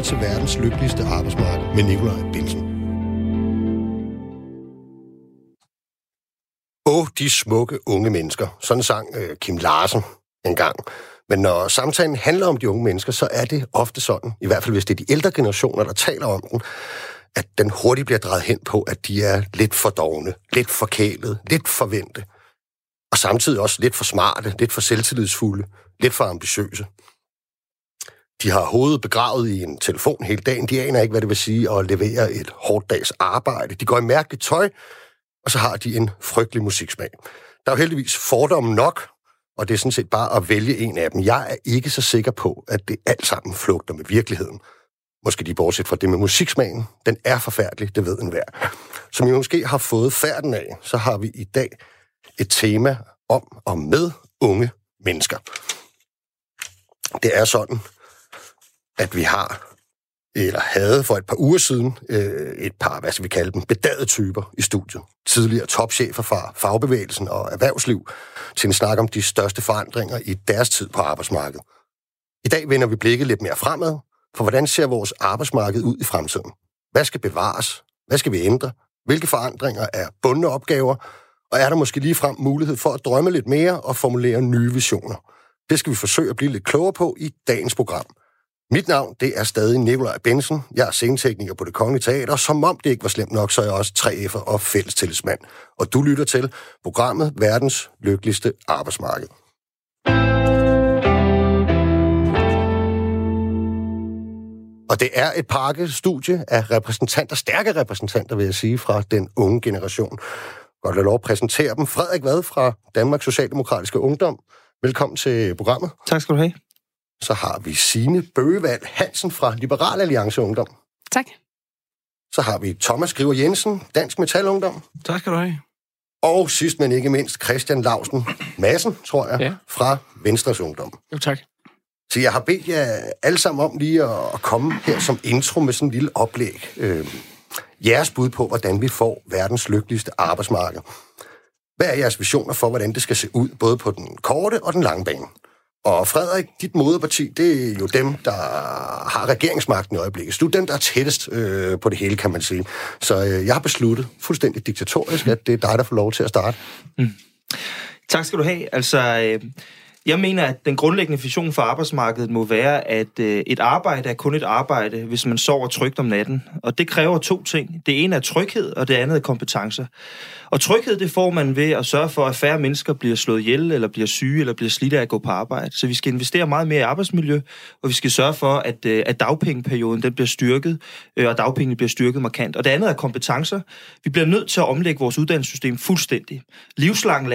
lyttet til verdens lykkeligste arbejdsmarked med Nikolaj Bensen. De smukke unge mennesker. Sådan sang Kim Larsen engang. Men når samtalen handler om de unge mennesker, så er det ofte sådan, i hvert fald hvis det er de ældre generationer, der taler om den, at den hurtigt bliver drejet hen på, at de er lidt for dovne, lidt for kælede, lidt forvente, og samtidig også lidt for smarte, lidt for selvtillidsfulde, lidt for ambitiøse. De har hovedet begravet i en telefon hele dagen. De aner ikke, hvad det vil sige at levere et hårdt dags arbejde. De går i mærkeligt tøj, og så har de en frygtelig musiksmag. Der er jo heldigvis fordomme nok, og det er sådan set bare at vælge en af dem. Jeg er ikke så sikker på, at det alt sammen flugter med virkeligheden. Måske de bortset fra det med musiksmagen. Den er forfærdelig, det ved enhver. Som I måske har fået færden af, så har vi i dag et tema om og med unge mennesker. Det er sådan, at vi havde for et par uger siden et par, hvad skal vi kalde dem, bedagede typer i studiet. Tidligere topchefer fra fagbevægelsen og erhvervsliv til en snak om de største forandringer i deres tid på arbejdsmarkedet. I dag vender vi blikket lidt mere fremad, for hvordan ser vores arbejdsmarked ud i fremtiden? Hvad skal bevares? Hvad skal vi ændre? Hvilke forandringer er bundne opgaver? Og er der måske ligefrem mulighed for at drømme lidt mere og formulere nye visioner? Det skal vi forsøge at blive lidt klogere på i dagens program. Mit navn, det er stadig Nikolaj Bensen. Jeg er scenetekniker på Det Kongelige Teater, og som om det ikke var slemt nok, så er jeg også 3F'er og fællestillidsmand. Og du lytter til programmet Verdens Lykkeligste Arbejdsmarked. Og det er et pakket studie af repræsentanter, stærke repræsentanter, vil jeg sige, fra den unge generation. Godt lade lov at præsentere dem. Frederik Vad fra Danmarks Socialdemokratiske Ungdom. Velkommen til programmet. Tak skal du have. Så har vi Signe Bøgevald Hansen fra Liberal Alliance Ungdom. Tak. Så har vi Thomas Skriver Jensen, Dansk Metal Ungdom. Tak skal du have. Og sidst, men ikke mindst, Christian Lausen Madsen, tror jeg, ja, fra Venstres Ungdom. Jo, tak. Så jeg har bedt jer alle sammen om lige at komme her som intro med sådan en lille oplæg. Jeres bud på, hvordan vi får verdens lykkeligste arbejdsmarked. Hvad er jeres visioner for, hvordan det skal se ud, både på den korte og den lange bane? Og Frederik, dit moderparti, det er jo dem, der har regeringsmagten i øjeblikket. Så du er dem, der er tættest på det hele, kan man sige. Så jeg har besluttet fuldstændig diktatorisk, at det er dig, der får lov til at starte. Tak skal du have. Altså, jeg mener, at den grundlæggende vision for arbejdsmarkedet må være, at et arbejde er kun et arbejde, hvis man sover trygt om natten. Og det kræver to ting. Det ene er tryghed, og det andet er kompetencer. Og tryghed, det får man ved at sørge for, at færre mennesker bliver slået ihjel, eller bliver syge, eller bliver slidt af at gå på arbejde. Så vi skal investere meget mere i arbejdsmiljø, og vi skal sørge for, at dagpengeperioden den bliver styrket, og dagpengene bliver styrket markant. Og det andet er kompetencer. Vi bliver nødt til at omlægge vores uddannelsessystem fuldstændig. Livslang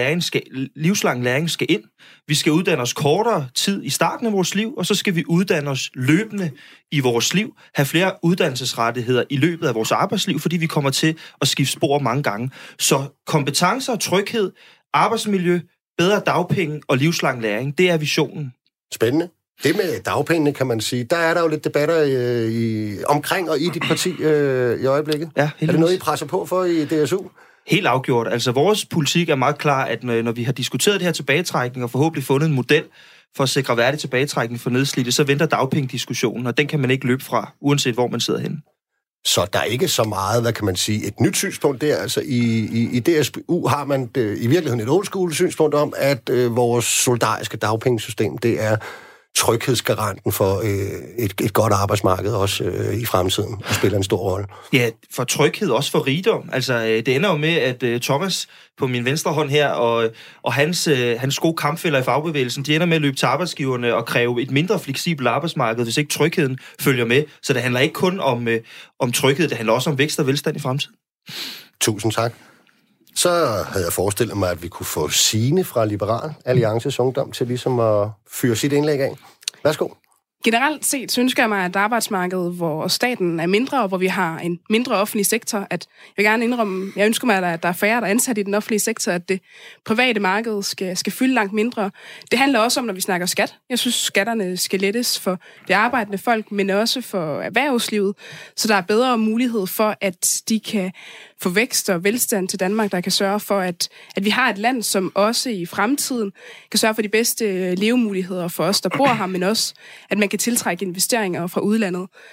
læring skal ind. Vi skal uddanne os kortere tid i starten af vores liv, og så skal vi uddanne os løbende i vores liv, have flere uddannelsesrettigheder i løbet af vores arbejdsliv, fordi vi kommer til at skifte spor mange gange. Så kompetencer, tryghed, arbejdsmiljø, bedre dagpenge og livslang læring, det er visionen. Spændende. Det med dagpengene, kan man sige, der er der jo lidt debatter omkring og i dit parti i øjeblikket. Ja, er det noget, I presser på for i DSU? Helt afgjort. Altså, vores politik er meget klar, at når vi har diskuteret det her tilbagetrækning og forhåbentlig fundet en model for at sikre værdig tilbagetrækning for nedslidte, så venter dagpengediskussionen, og den kan man ikke løbe fra, uanset hvor man sidder henne. Så der er ikke så meget, hvad kan man sige, et nyt synspunkt der. Altså i DSU har man i virkeligheden et old school synspunkt om, at vores solidariske dagpengesystem, det er tryghedsgaranten for et godt arbejdsmarked også i fremtiden, og spiller en stor rolle. Ja, for tryghed, også for rigdom. Altså, det ender jo med, at Thomas på min venstre hånd her, og hans gode kampfæller i fagbevægelsen, de ender med at løbe til arbejdsgiverne og kræve et mindre fleksibelt arbejdsmarked, hvis ikke trygheden følger med. Så det handler ikke kun om tryghed, det handler også om vækst og velstand i fremtiden. Tusind tak. Så havde jeg forestillet mig, at vi kunne få Signe fra Liberal Alliances Ungdom til ligesom at fyre sit indlæg af. Værsgo. Generelt set så ønsker jeg mig et arbejdsmarked, hvor staten er mindre, og hvor vi har en mindre offentlig sektor. Jeg vil gerne indrømme, jeg ønsker mig, at der er færre, der er ansat i den offentlige sektor, at det private marked skal fylde langt mindre. Det handler også om, når vi snakker skat. Jeg synes, skatterne skal lettes for det arbejdende folk, men også for erhvervslivet, så der er bedre mulighed for, at de kan få vækst og velstand til Danmark, der kan sørge for, at vi har et land, som også i fremtiden kan sørge for de bedste levemuligheder for os, der bor her, men også, at man kan tiltrække investeringer fra udlandet.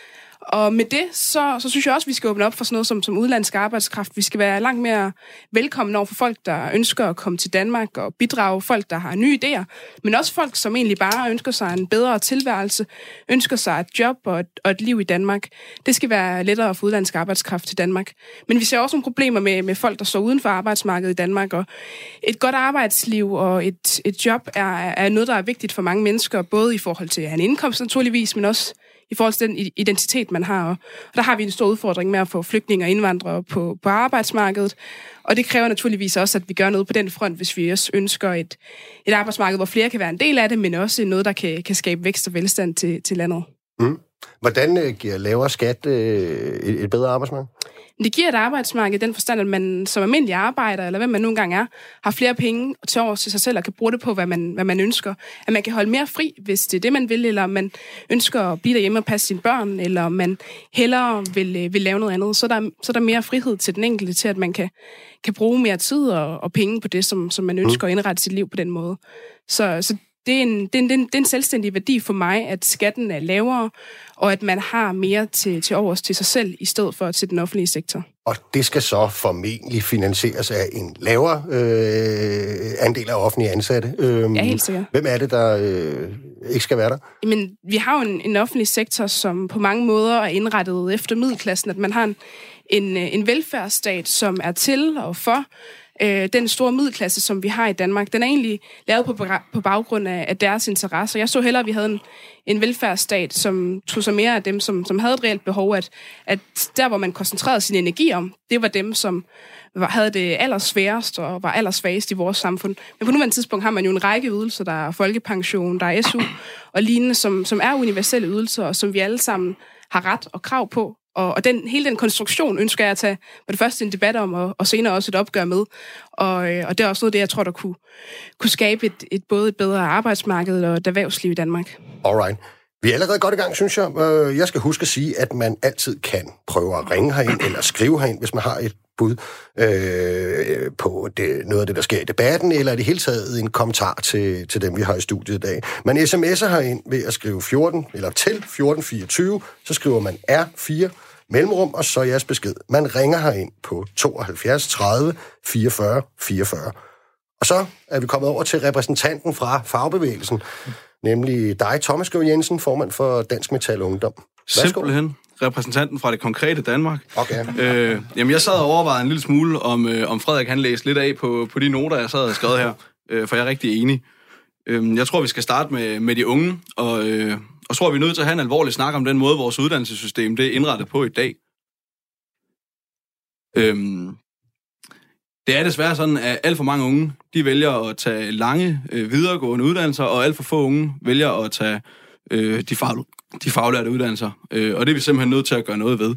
Og med det, så synes jeg også, at vi skal åbne op for sådan noget som udenlandsk arbejdskraft. Vi skal være langt mere velkommen over for folk, der ønsker at komme til Danmark og bidrage. Folk, der har nye idéer, men også folk, som egentlig bare ønsker sig en bedre tilværelse, ønsker sig et job og et liv i Danmark. Det skal være lettere at få udenlandsk arbejdskraft til Danmark. Men vi ser også nogle problemer med folk, der står uden for arbejdsmarkedet i Danmark. Og et godt arbejdsliv og et job er noget, der er vigtigt for mange mennesker, både i forhold til at have en indkomst naturligvis, men også i forhold til den identitet, man har. Og der har vi en stor udfordring med at få flygtninge og indvandrere på arbejdsmarkedet. Og det kræver naturligvis også, at vi gør noget på den front, hvis vi også ønsker et arbejdsmarked, hvor flere kan være en del af det, men også noget, der kan skabe vækst og velstand til landet. Mm. Hvordan giver lavere skat et bedre arbejdsmarked? Det giver et arbejdsmarked i den forstand, at man som almindelig arbejder, eller hvem man nogle gange er, har flere penge til over til sig selv og kan bruge det på, hvad man ønsker. At man kan holde mere fri, hvis det er det, man vil, eller man ønsker at blive derhjemme og passe sine børn, eller man hellere vil lave noget andet. Så er der mere frihed til den enkelte, til at man kan bruge mere tid og penge på det, som man ønsker at indrette sit liv på den måde. Så det er en selvstændig værdi for mig, at skatten er lavere, og at man har mere til overs til sig selv, i stedet for til den offentlige sektor. Og det skal så formentlig finansieres af en lavere andel af offentlige ansatte. Ja, helt sikkert. Hvem er det, der ikke skal være der? Jamen, vi har jo en offentlig sektor, som på mange måder er indrettet efter middelklassen, at man har en velfærdsstat, som er til og for den store middelklasse, som vi har i Danmark. Den er egentlig lavet på baggrund af deres interesser. Jeg så hellere, at vi havde en velfærdsstat, som tog sig mere af dem, som havde et reelt behov, at der, hvor man koncentrerede sin energi om, det var dem, som havde det allersværest og var allersvagest i vores samfund. Men på nuværende tidspunkt har man jo en række ydelser. Der er folkepension, der er SU og lignende, som er universelle ydelser, og som vi alle sammen har ret og krav på. Og hele den konstruktion ønsker jeg at tage på det første en debat om, og senere også et opgør med. Og det er også noget, det jeg tror, der kunne skabe både et bedre arbejdsmarked og et erhvervsliv i Danmark. Alright. Vi er allerede godt i gang, synes jeg. Jeg skal huske at sige, at man altid kan prøve at ringe herind eller skrive herind, hvis man har et bud på noget af det, der sker i debatten, eller i det hele taget en kommentar til dem, vi har i studiet i dag. Man sms'er herind ved at skrive 14 eller til 1424, så skriver man R4 mellemrum, og så jeres besked. Man ringer herind på 72 30 44 44. Og så er vi kommet over til repræsentanten fra fagbevægelsen, nemlig dig, Thomas Skriv Jensen, formand for Dansk Metal Ungdom. Værsgo. Simpelthen repræsentanten fra det konkrete Danmark. Okay. Jamen, jeg sad og overvejede en lille smule, om Frederik han læste lidt af på de noter, jeg sad og skrevet her, for jeg er rigtig enig. Jeg tror, vi skal starte med de unge, og så tror vi er nødt til at have en alvorlig snak om den måde, vores uddannelsessystem det er indrettet på i dag. Det er desværre sådan, at alt for mange unge, de vælger at tage lange videregående uddannelser, og alt for få unge vælger at tage de faglærte uddannelser. Og det er vi simpelthen nødt til at gøre noget ved.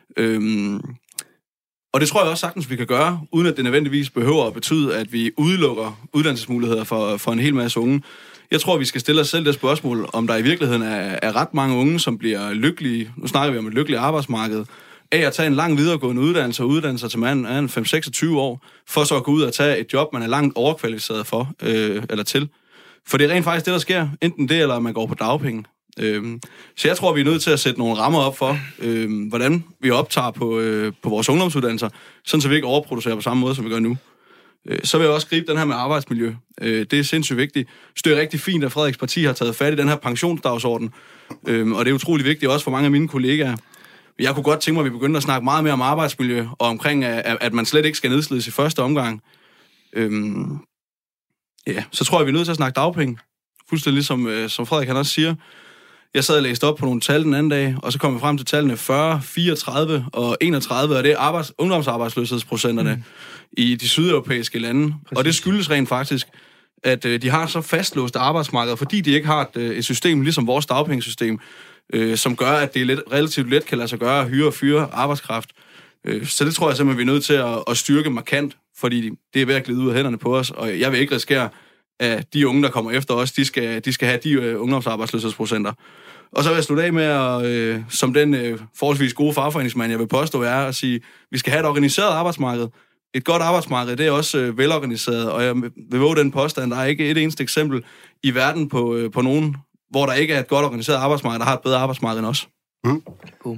Og det tror jeg også sagtens, vi kan gøre, uden at det nødvendigvis behøver at betyde, at vi udelukker uddannelsesmuligheder for en hel masse unge. Jeg tror, vi skal stille os selv det spørgsmål, om der i virkeligheden er ret mange unge, som bliver lykkelige, nu snakker vi om et lykkeligt arbejdsmarked, af at tage en lang videregående uddannelse og uddanne sig til man er 5-26 år, for så at gå ud og tage et job, man er langt overkvalificeret for, eller til. For det er rent faktisk det, der sker. Enten det, eller man går på dagpenge. Så jeg tror, vi er nødt til at sætte nogle rammer op for, hvordan vi optager på vores ungdomsuddannelser, sådan så vi ikke overproducerer på samme måde, som vi gør nu. Så vil jeg også gribe den her med arbejdsmiljø. Det er sindssygt vigtigt. Så det er rigtig fint, at Frederiks parti har taget fat i den her pensionsdagsorden. Og det er utrolig vigtigt også for mange af mine kollegaer. Jeg kunne godt tænke mig, at vi begyndte at snakke meget mere om arbejdsmiljø, og omkring, at man slet ikke skal nedslides i første omgang. Så tror jeg, vi er nødt til at snakke dagpenge. Fuldstændig ligesom som Frederik han også siger. Jeg sad og læste op på nogle tal den anden dag, og så kom vi frem til tallene 40, 34 og 31, og det er ungdomsarbejdsløshedsprocenterne i de sydeuropæiske lande. Præcis. Og det skyldes rent faktisk, at de har så fastlåste arbejdsmarkeder, fordi de ikke har et system ligesom vores dagpengesystem, som gør, at det relativt let kan lade sig gøre at hyre og fyre arbejdskraft. Så det tror jeg simpelthen, vi er nødt til at styrke markant, fordi det er ved at glide ud af hænderne på os, og jeg vil ikke risikere, at de unge, der kommer efter os, de skal have de ungdomsarbejdsløshedsprocenter. Og så vil jeg slutte af med, at, som den forholdsvis gode fagforeningsmand, jeg vil påstå, er at sige, vi skal have et organiseret arbejdsmarked. Et godt arbejdsmarked, det er også velorganiseret, og jeg vil våge den påstand, der er ikke et eneste eksempel i verden på nogen, hvor der ikke er et godt organiseret arbejdsmarked, der har et bedre arbejdsmarked end os.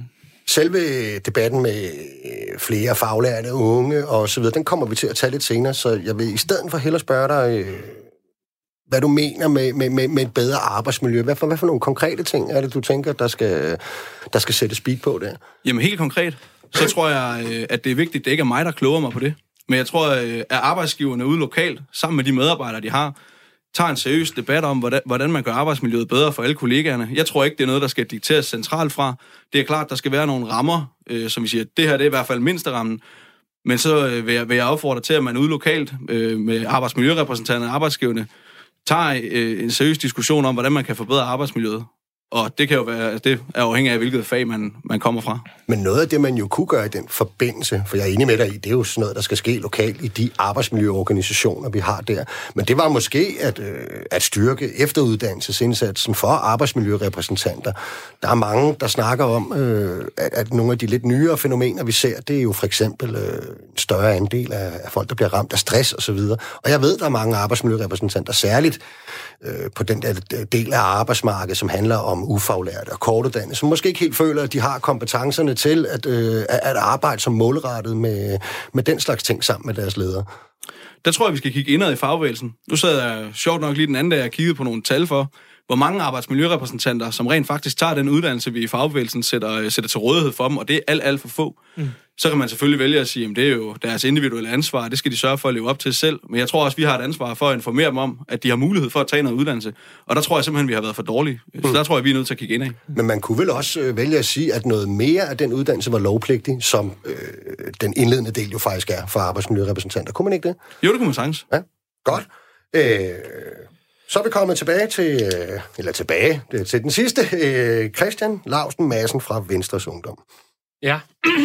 Selve debatten med flere faglærte unge og så videre, den kommer vi til at tage lidt senere, så jeg vil i stedet for hellere spørge dig, hvad du mener med et bedre arbejdsmiljø. Hvad for nogle konkrete ting er det, du tænker, der skal sætte speed på der? Jamen helt konkret, så tror jeg, at det er vigtigt, at det ikke er mig, der kloger mig på det. Men jeg tror, at arbejdsgiverne ude lokalt, sammen med de medarbejdere, de har, tager en seriøs debat om, hvordan man gør arbejdsmiljøet bedre for alle kollegaerne. Jeg tror ikke, det er noget, der skal dikteres centralt fra. Det er klart, der skal være nogle rammer, som vi siger, det her det er i hvert fald mindsterammen. Men så vil jeg opfordre til, at man ude lokalt med arbejdsmiljørepræsentanterne og arbejdsgiverne tager en seriøs diskussion om, hvordan man kan forbedre arbejdsmiljøet. Og det kan jo være, det er afhængig af, hvilket fag man kommer fra. Men noget af det, man jo kunne gøre i den forbindelse, for jeg er enig med dig i, det er jo sådan noget, der skal ske lokalt i de arbejdsmiljøorganisationer, vi har der. Men det var måske at styrke efteruddannelsesindsatsen for arbejdsmiljørepræsentanter. Der er mange, der snakker om, at nogle af de lidt nyere fænomener, vi ser, det er jo for eksempel en større andel af folk, der bliver ramt af stress osv. Og jeg ved, der er mange arbejdsmiljørepræsentanter, særligt på den der del af arbejdsmarkedet, som handler om ufaglærte og kortuddannede, som måske ikke helt føler, at de har kompetencerne til at arbejde som målrettet med den slags ting sammen med deres ledere. Der tror jeg, vi skal kigge indad i fagbevægelsen. Nu sad jeg sjovt nok lige den anden dag og kiggede på nogle tal for, hvor mange arbejdsmiljørepræsentanter, som rent faktisk tager den uddannelse, vi i fagbevægelsen sætter til rådighed for dem, og det er alt for få. Så kan man selvfølgelig vælge at sige, at det er jo deres individuelle ansvar, det skal de sørge for at leve op til selv. Men jeg tror også, vi har et ansvar for at informere dem om, at de har mulighed for at tage noget uddannelse. Og der tror jeg simpelthen, vi har været for dårlige. Så der tror jeg, vi er nødt til at kigge indad. Men man kunne vel også vælge at sige, at noget mere af den uddannelse var lovpligtig, som den indledende del jo faktisk er for arbejdsmiljørepræsentanter. Kunne man ikke det? Jo, det kunne man sagtens. Ja, godt. Så er vi kommet tilbage til den sidste. Christian Lausten Madsen fra Venstres Ungdom. Ja,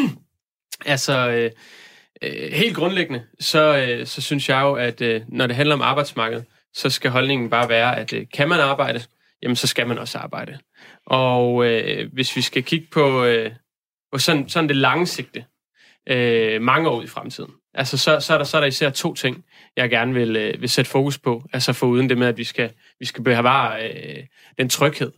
altså helt grundlæggende, så synes jeg jo, at når det handler om arbejdsmarkedet, så skal holdningen bare være, at kan man arbejde, jamen så skal man også arbejde. Og hvis vi skal kigge på sådan det lange sigte, mange år i fremtiden, altså så er der især to ting, jeg gerne vil sætte fokus på, altså foruden det med, at vi skal bevare den tryghed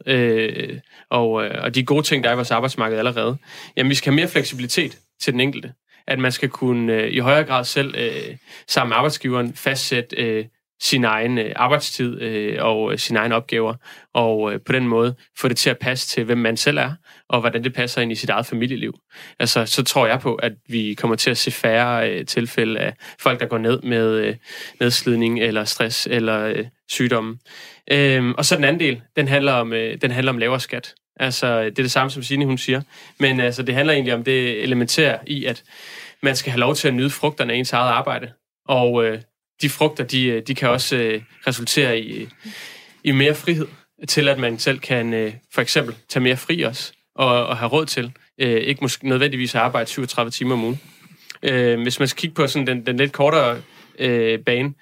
og de gode ting, der er i vores arbejdsmarked allerede. Jamen, vi skal have mere fleksibilitet til den enkelte. At man skal kunne i højere grad selv sammen med arbejdsgiveren fastsætte sin egen arbejdstid og sine egne opgaver, og på den måde få det til at passe til, hvem man selv er, og hvordan det passer ind i sit eget familieliv. Altså, så tror jeg på, at vi kommer til at se færre tilfælde af folk, der går ned med nedslidning eller stress eller sygdomme. Og så den anden del, den handler om lavere skat. Altså, det er det samme, som Signe, hun siger. Men altså, det handler egentlig om det elementære i, at man skal have lov til at nyde frugterne af ens eget arbejde. Og de frugter, de kan også resultere i mere frihed til, at man selv kan for eksempel tage mere fri også, og have råd til. Ikke måske nødvendigvis at arbejde 37 timer om ugen. Hvis man skal kigge på sådan den lidt kortere bane,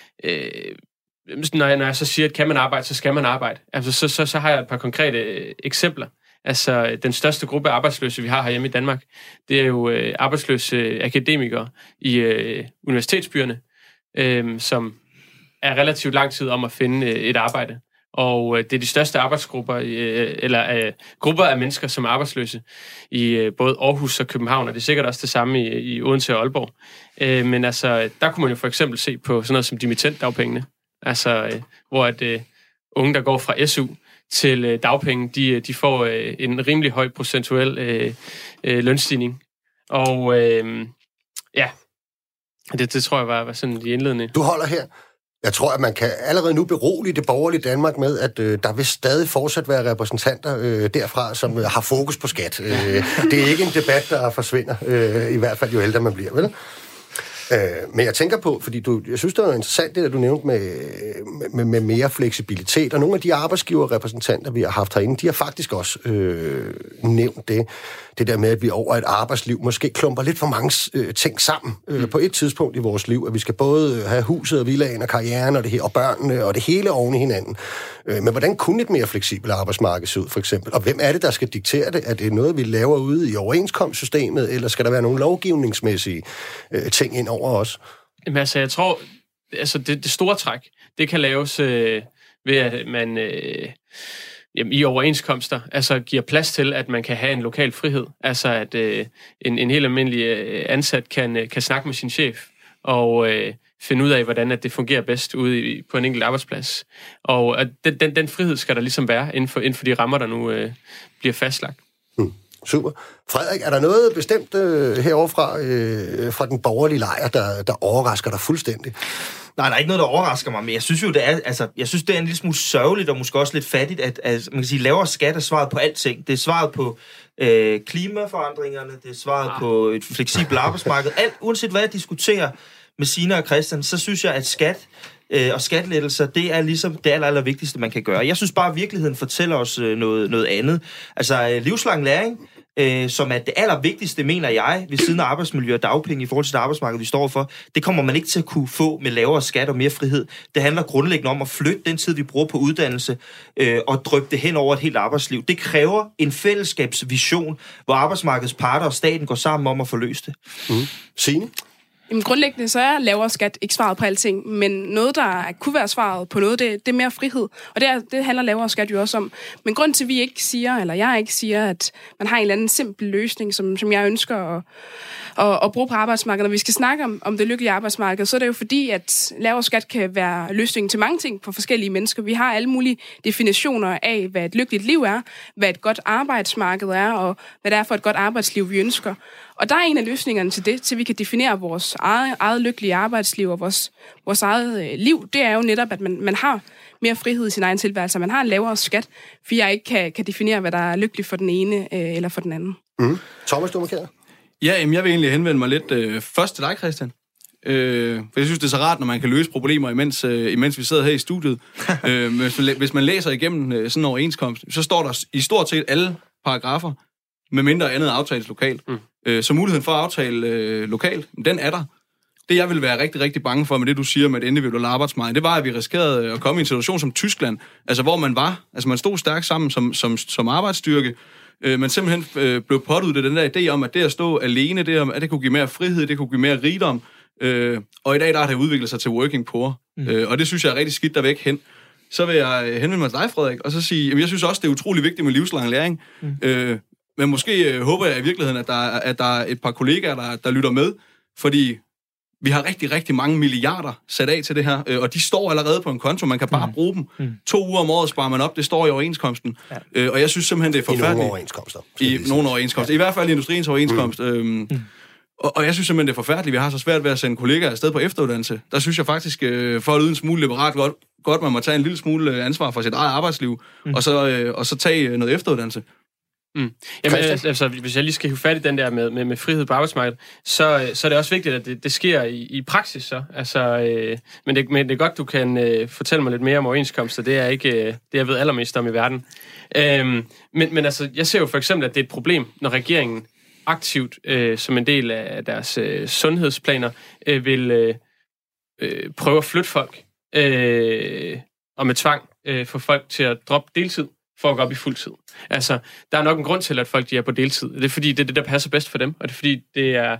når jeg så siger, at kan man arbejde, så skal man arbejde. Altså, så har jeg et par konkrete eksempler. Altså, den største gruppe af arbejdsløse, vi har herhjemme i Danmark, det er jo arbejdsløse akademikere i universitetsbyerne, som er relativt lang tid om at finde et arbejde. Og det er de største arbejdsgrupper, eller grupper af mennesker, som er arbejdsløse i både Aarhus og København, og det er sikkert også det samme i Odense og Aalborg. Men altså, der kunne man jo for eksempel se på sådan noget som dimittentdagpengene. Altså, hvor at unge, der går fra SU til dagpenge, de får en rimelig høj procentuel lønstigning. Og ja, det tror jeg var sådan de indledende. Du holder her. Jeg tror, at man kan allerede nu berolige det borgerlige Danmark med, at der vil stadig fortsat være repræsentanter derfra, som har fokus på skat. Det er ikke en debat, der forsvinder, i hvert fald jo ældre man bliver, vel? Men jeg tænker på, fordi jeg synes, det var interessant, det der du nævnte med mere fleksibilitet, og nogle af de arbejdsgiverrepræsentanter, vi har haft herinde, de har faktisk også nævnt det der med, at vi over et arbejdsliv måske klumper lidt for mange ting sammen på et tidspunkt i vores liv, at vi skal både have huset og villaen og karrieren og børnene og det hele oven i hinanden. Men hvordan kunne et mere fleksibelt arbejdsmarked se ud, for eksempel? Og hvem er det, der skal diktere det? Er det noget, vi laver ude i overenskomstsystemet, eller skal der være nogle lovgivningsmæssige ting ind over os? Jamen altså, jeg tror, det store træk, det kan laves ved, at i overenskomster, altså giver plads til, at man kan have en lokal frihed. Altså at en helt almindelig ansat kan snakke med sin chef og finde ud af, hvordan at det fungerer bedst ude på en enkelt arbejdsplads. Og at den frihed skal der ligesom være inden for de rammer, der nu bliver fastlagt. Super. Frederik, er der noget bestemt heroverfra fra den borgerlige lejr, der overrasker dig fuldstændig? Nej, der er ikke noget, der overrasker mig, men jeg synes jo, det er en lille smule sørgeligt og måske også lidt fattigt, at man kan sige, lavere skat er svaret på alting. Det er svaret på klimaforandringerne, det er svaret på et fleksibelt arbejdsmarked. Uanset hvad jeg diskuterer med Signe og Christian, så synes jeg, at skat og skattelettelser, det er ligesom det allervigtigste, man kan gøre. Jeg synes bare, at virkeligheden fortæller os noget andet. Altså, livslang læring, som er det allervigtigste, mener jeg, ved siden af arbejdsmiljø og dagpenge i forhold til det arbejdsmarked, vi står for, det kommer man ikke til at kunne få med lavere skat og mere frihed. Det handler grundlæggende om at flytte den tid, vi bruger på uddannelse, og dryppe det hen over et helt arbejdsliv. Det kræver en fællesskabsvision, hvor arbejdsmarkedets parter og staten går sammen om at få løst det. Signe? Jamen, grundlæggende så er lavere skat ikke svaret på alting, men noget, der kunne være svaret på noget, det er mere frihed. Og det handler lavere skat jo også om. Men grund til, at vi ikke siger, eller jeg ikke siger, at man har en eller anden simpel løsning, som jeg ønsker at bruge på arbejdsmarkedet. Når vi skal snakke om det lykkelige arbejdsmarked, så er det jo fordi, at lavere skat kan være løsningen til mange ting for forskellige mennesker. Vi har alle mulige definitioner af, hvad et lykkeligt liv er, hvad et godt arbejdsmarked er, og hvad det er for et godt arbejdsliv, vi ønsker. Og der er en af løsningerne til det, til vi kan definere vores eget lykkelige arbejdsliv og vores eget liv. Det er jo netop, at man har mere frihed i sin egen tilværelse, man har en lavere skat, for jeg ikke kan definere, hvad der er lykkeligt for den ene eller for den anden. Thomas, du markerer? Ja, jeg vil egentlig henvende mig lidt først til dig, Christian. For jeg synes, det er så rart, når man kan løse problemer, imens vi sidder her i studiet. Hvis man læser igennem sådan en overenskomst, så står der i stort set alle paragrafer, med mindre andet aftales lokalt. Så muligheden for at aftale lokalt, den er der. Det, jeg vil være rigtig, rigtig bange for med det, du siger med et individuelt arbejdsmarked, det var, at vi riskerede at komme i en situation som Tyskland, altså hvor man stod stærkt sammen som arbejdsstyrke, men simpelthen blev påduttet den der idé om, at det at stå alene, at det kunne give mere frihed, det kunne give mere rigdom, og i dag der har det udviklet sig til working poor, og det synes jeg er rigtig skidt der væk hen. Så vil jeg henvende mig til dig, Frederik, og så sige, jamen, jeg synes også, det er utrolig vigtigt med livslang læring, men måske håber jeg i virkeligheden, at der er et par kollegaer, der lytter med, fordi vi har rigtig, rigtig mange milliarder sat af til det her, og de står allerede på en konto. Man kan bare bruge dem. 2 uger om året sparer man op. Det står i overenskomsten. Ja. Og jeg synes simpelthen, det er forfærdeligt. I nogle overenskomster. I nogle overenskomster. I hvert fald industriens overenskomst. Og jeg synes simpelthen, det er forfærdeligt. Vi har så svært ved at sende kollegaer afsted på efteruddannelse. Der synes jeg faktisk, for at lyde en smule liberalt, godt man må tage en lille smule ansvar for sit eget arbejdsliv, og så tage noget efteruddannelse. Jamen, altså, hvis jeg lige skal hive fat i den der med frihed på arbejdsmarkedet, så er det også vigtigt, at det sker i praksis så. Altså, men det er godt, du kan fortælle mig lidt mere om overenskomster. Det er ikke det, jeg ved allermest om i verden. Men altså, jeg ser jo for eksempel, at det er et problem, når regeringen aktivt, som en del af deres sundhedsplaner, vil prøve at flytte folk og med tvang få folk til at droppe deltid for at gå op i fuld tid. Altså, der er nok en grund til, at folk de er på deltid. Det er fordi, det er det, der passer bedst for dem, og det er fordi, det er...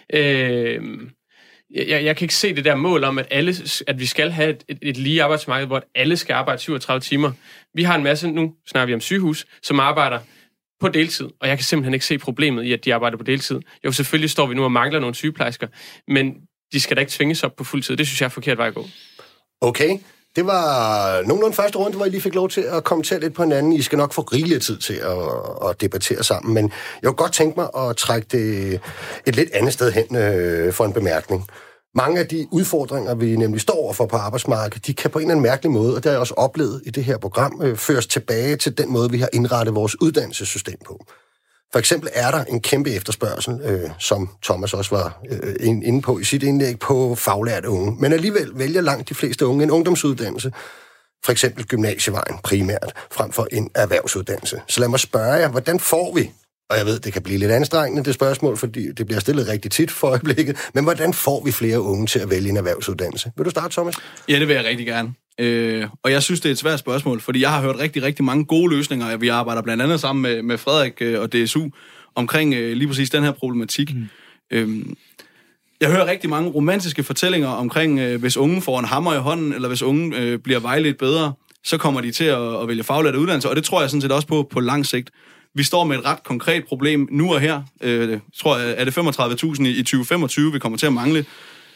Jeg kan ikke se det der mål om, at vi skal have et lige arbejdsmarked, hvor alle skal arbejde 37 timer. Vi har en masse, nu snakker vi om sygehus, som arbejder på deltid, og jeg kan simpelthen ikke se problemet i, at de arbejder på deltid. Jo, selvfølgelig står vi nu og mangler nogle sygeplejersker, men de skal da ikke tvinges op på fuld tid. Det synes jeg er forkert vej at gå. Okay. Det var nogenlunde første runde, hvor I lige fik lov til at kommentere lidt på hinanden. I skal nok få rigelig tid til at debattere sammen, men jeg kunne godt tænke mig at trække det et lidt andet sted hen for en bemærkning. Mange af de udfordringer, vi nemlig står overfor på arbejdsmarkedet, de kan på en eller anden mærkelig måde, og det har jeg også oplevet i det her program, føres tilbage til den måde, vi har indrettet vores uddannelsessystem på. For eksempel er der en kæmpe efterspørgsel, som Thomas også var inde på i sit indlæg, på faglærte unge. Men alligevel vælger langt de fleste unge en ungdomsuddannelse, for eksempel gymnasievejen primært, frem for en erhvervsuddannelse. Så lad mig spørge jer, hvordan får vi, og jeg ved, det kan blive lidt anstrengende, det spørgsmål, fordi det bliver stillet rigtig tit for øjeblikket, men hvordan får vi flere unge til at vælge en erhvervsuddannelse? Vil du starte, Thomas? Ja, det vil jeg rigtig gerne. Og jeg synes, det er et svært spørgsmål, fordi jeg har hørt rigtig, rigtig mange gode løsninger. Vi arbejder blandt andet sammen med Frederik og DSU omkring lige præcis den her problematik. Jeg hører rigtig mange romantiske fortællinger omkring, hvis unge får en hammer i hånden, eller hvis unge bliver vejledt bedre. så kommer de til at vælge faglært uddannelse, og det tror jeg sådan set også på lang sigt. Vi står med et ret konkret problem nu og her. Tror jeg, er det 35.000 i 2025, vi kommer til at mangle.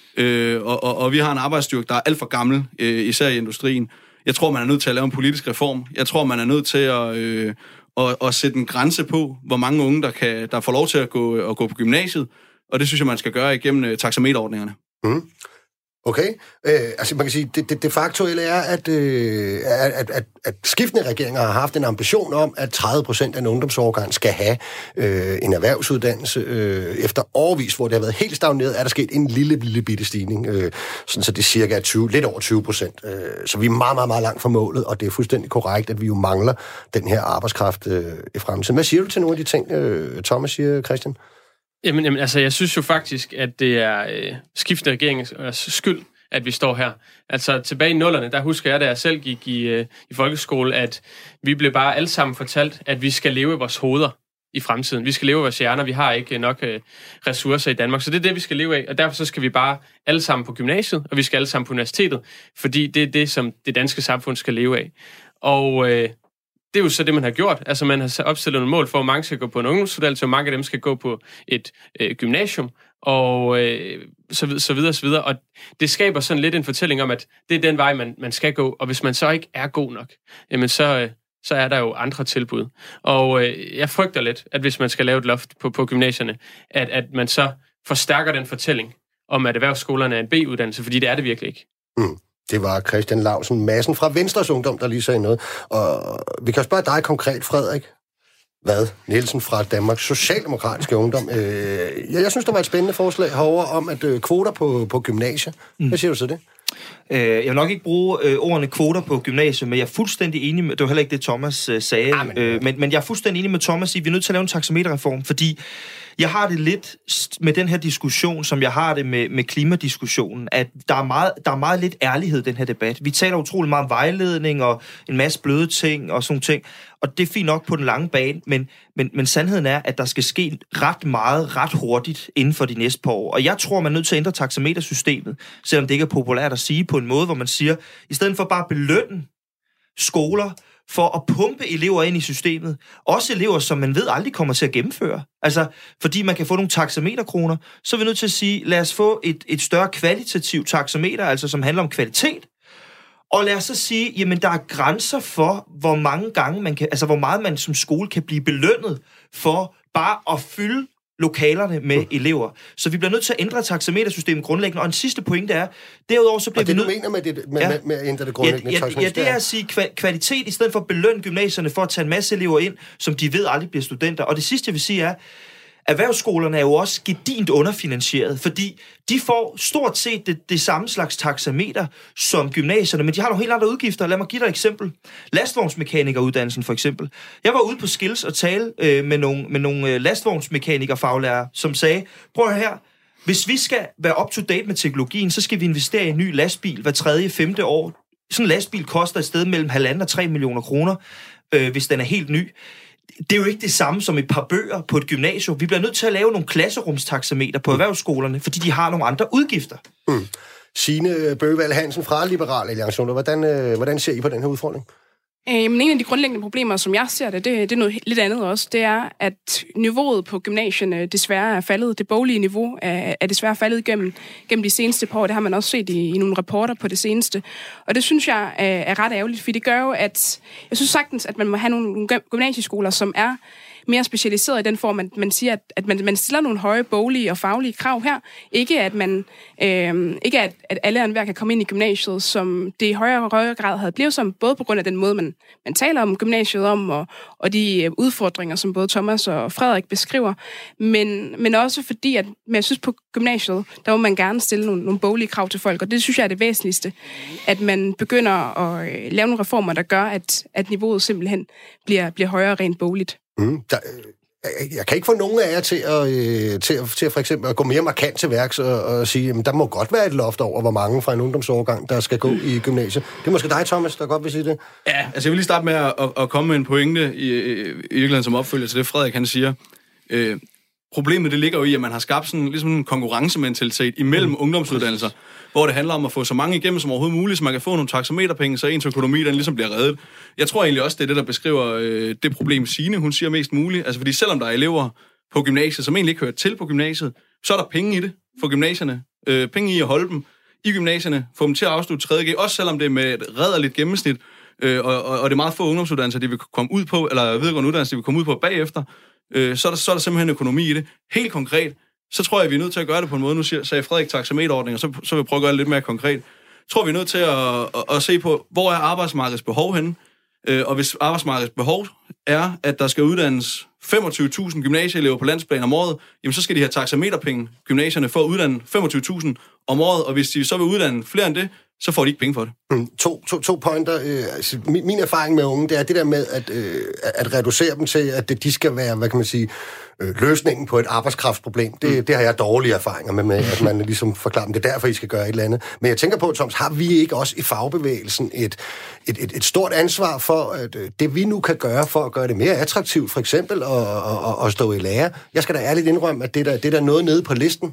Og vi har en arbejdsstyrke, der er alt for gammel, især i industrien. Jeg tror, man er nødt til at lave en politisk reform. Jeg tror, man er nødt til at sætte en grænse på, hvor mange unge, der får lov til at gå på gymnasiet. Og det synes jeg, man skal gøre igennem taxameterordningerne. Mm. Okay. Altså man kan sige, det faktuelle er, at skiftende regeringer har haft en ambition om, at 30% af en ungdomsårgang skal have en erhvervsuddannelse. Efter årvis, hvor det har været helt stagneret, er der sket en lille bitte stigning. Sådan så det er cirka lidt over 20%. Så vi er meget, meget, meget langt fra målet, og det er fuldstændig korrekt, at vi jo mangler den her arbejdskraft i fremtiden. Hvad siger du til nogle af de ting, Thomas siger, Christian? Jamen, altså, jeg synes jo faktisk, at det er skiftende regeringens skyld, at vi står her. Altså, tilbage i 00'erne, der husker jeg, da jeg selv gik i folkeskole, at vi blev bare alle sammen fortalt, at vi skal leve i vores hoveder i fremtiden. Vi skal leve i vores hjerner, vi har ikke nok ressourcer i Danmark, så det er det, vi skal leve af, og derfor så skal vi bare alle sammen på gymnasiet, og vi skal alle sammen på universitetet, fordi det er det, som det danske samfund skal leve af. Og det er jo så det, man har gjort. Altså, man har opstillet nogle mål for, hvor mange skal gå på en ungdomsuddannelse, hvor mange af dem skal gå på et gymnasium, og så videre. Og det skaber sådan lidt en fortælling om, at det er den vej, man skal gå, og hvis man så ikke er god nok, jamen så er der jo andre tilbud. Og jeg frygter lidt, at hvis man skal lave et loft på gymnasierne, at man så forstærker den fortælling om, at erhvervsskolerne er en B-uddannelse, fordi det er det virkelig ikke. Mm. Det var Christian Lausen Madsen fra Venstres Ungdom, der lige sagde noget. Og vi kan spørge dig konkret, Frederik. Hvad? Nielsen fra Danmarks Socialdemokratiske Ungdom. Jeg synes, der var et spændende forslag herovre om, at kvoter på gymnasiet. Hvad siger du til det? Jeg vil nok ikke bruge ordene kvoter på gymnasiet, men jeg er fuldstændig enig med, det var heller ikke det, Thomas sagde, men jeg er fuldstændig enig med Thomas i, at vi er nødt til at lave en taxameterreform, fordi jeg har det lidt med den her diskussion, som jeg har det med klimadiskussionen, at der er meget lidt ærlighed i den her debat. Vi taler utrolig meget om vejledning og en masse bløde ting og sådan ting, og det er fint nok på den lange bane, men sandheden er, at der skal ske ret meget, ret hurtigt inden for de næste par år. Og jeg tror, man er nødt til at ændre taxametersystemet, selvom det ikke er populært at sige, på en måde, hvor man siger, i stedet for bare at belønne skoler for at pumpe elever ind i systemet, også elever, som man ved aldrig kommer til at gennemføre. Altså, fordi man kan få nogle taxameterkroner, så er vi nødt til at sige, lad os få et større kvalitativt taxameter, altså som handler om kvalitet. Og lad os så sige, jamen der er grænser for, hvor mange gange man kan, altså hvor meget man som skole kan blive belønnet for bare at fylde lokalerne med elever. Så vi bliver nødt til at ændre taxametersystemet grundlæggende. Og en sidste pointe er, derudover så bliver vi nødt... Og det du mener med at ændre det grundlæggende taxameter? Ja, det er at sige kvalitet, i stedet for at belønne gymnasierne for at tage en masse elever ind, som de ved aldrig bliver studenter. Og det sidste, jeg vil sige er, erhvervsskolerne er jo også gedint underfinansieret, fordi de får stort set det samme slags taxameter som gymnasierne, men de har nogle helt andre udgifter. Lad mig give dig et eksempel. Lastvognsmekanikeruddannelsen for eksempel. Jeg var ude på Skills og tale med nogle lastvognsmekanikerfaglærere, som sagde, prøv her, hvis vi skal være up to date med teknologien, så skal vi investere i en ny lastbil hver 3., 5. år. Sådan en lastbil koster et sted mellem 1,5 og 3 millioner kroner, hvis den er helt ny. Det er jo ikke det samme som et par bøger på et gymnasium. Vi bliver nødt til at lave nogle klasserumstaxameter på erhvervsskolerne, fordi de har nogle andre udgifter. Signe Bøgevald Hansen fra Liberal Alliance. Hvordan ser I på den her udfordring? Men en af de grundlæggende problemer, som jeg ser det er noget lidt andet også. Det er, at niveauet på gymnasierne desværre er faldet. Det boglige niveau er desværre faldet gennem de seneste par år. Det har man også set i nogle rapporter på det seneste. Og det synes jeg er ret ærgerligt, fordi det gør jo, at jeg synes sagtens, at man må have nogle gymnasieskoler, som er mere specialiseret i den form, man siger, at man stiller nogle høje boglige og faglige krav her. Ikke at alle og enhver kan komme ind i gymnasiet, som det i højere grad havde blevet som, både på grund af den måde, man taler om gymnasiet om, og de udfordringer, som både Thomas og Frederik beskriver, men også fordi, at jeg synes på gymnasiet, der må man gerne stille nogle boglige krav til folk, og det synes jeg er det væsentligste, at man begynder at lave nogle reformer, der gør, at niveauet simpelthen bliver højere rent bogligt. Jeg kan ikke få nogen af jer til for eksempel at gå mere markant til værks og sige, at der må godt være et loft over, hvor mange fra en ungdomsårgang, der skal gå i gymnasiet. Det er måske dig, Thomas, der godt vil sige det. Ja, altså jeg vil lige starte med at komme med en pointe i virkeligheden som opfølger til det, Frederik han siger. problemet det ligger jo i, at man har skabt sådan ligesom en konkurrencementalitet imellem ungdomsuddannelser, hvor det handler om at få så mange igennem som overhovedet muligt, så man kan få nogle taxameterpenge, så ens økonomi den ligesom bliver reddet. Jeg tror egentlig også, det er det, der beskriver det problem, Signe, hun siger mest muligt. Altså fordi selvom der er elever på gymnasiet, som egentlig ikke hører til på gymnasiet, så er der penge i det for gymnasierne. Penge i at holde dem i gymnasierne, få dem til at afslutte 3.G, også selvom det er med et rædderligt gennemsnit, og det er meget få ungdomsuddannelser, de vil komme ud på, eller videregående uddannelser, de vil komme ud på bagefter, så er der simpelthen økonomi i det. Helt konkret, så tror jeg, vi er nødt til at gøre det på en måde. Nu sagde Frederik taxameterordning, og så vil jeg prøve at gøre det lidt mere konkret. Jeg tror, vi er nødt til at se på, hvor er arbejdsmarkedets behov henne, og hvis arbejdsmarkedets behov er, at der skal uddannes 25.000 gymnasieelever på landsplan om året, jamen så skal de have taxameterpenge, gymnasierne, for at uddanne 25.000 om året, og hvis de så vil uddanne flere end det, så får de ikke penge for det. To pointer. Min erfaring med unge, det er det der med at reducere dem til, at de skal være, hvad kan man sige, løsningen på et arbejdskraftproblem. Det har jeg dårlige erfaringer med, at man ligesom forklarer dem, det er derfor, I skal gøre et eller andet. Men jeg tænker på, Thomas, har vi ikke også i fagbevægelsen et stort ansvar for, at det vi nu kan gøre for at gøre det mere attraktivt, for eksempel at stå i lære? Jeg skal da ærligt indrømme, at det er der noget nede på listen,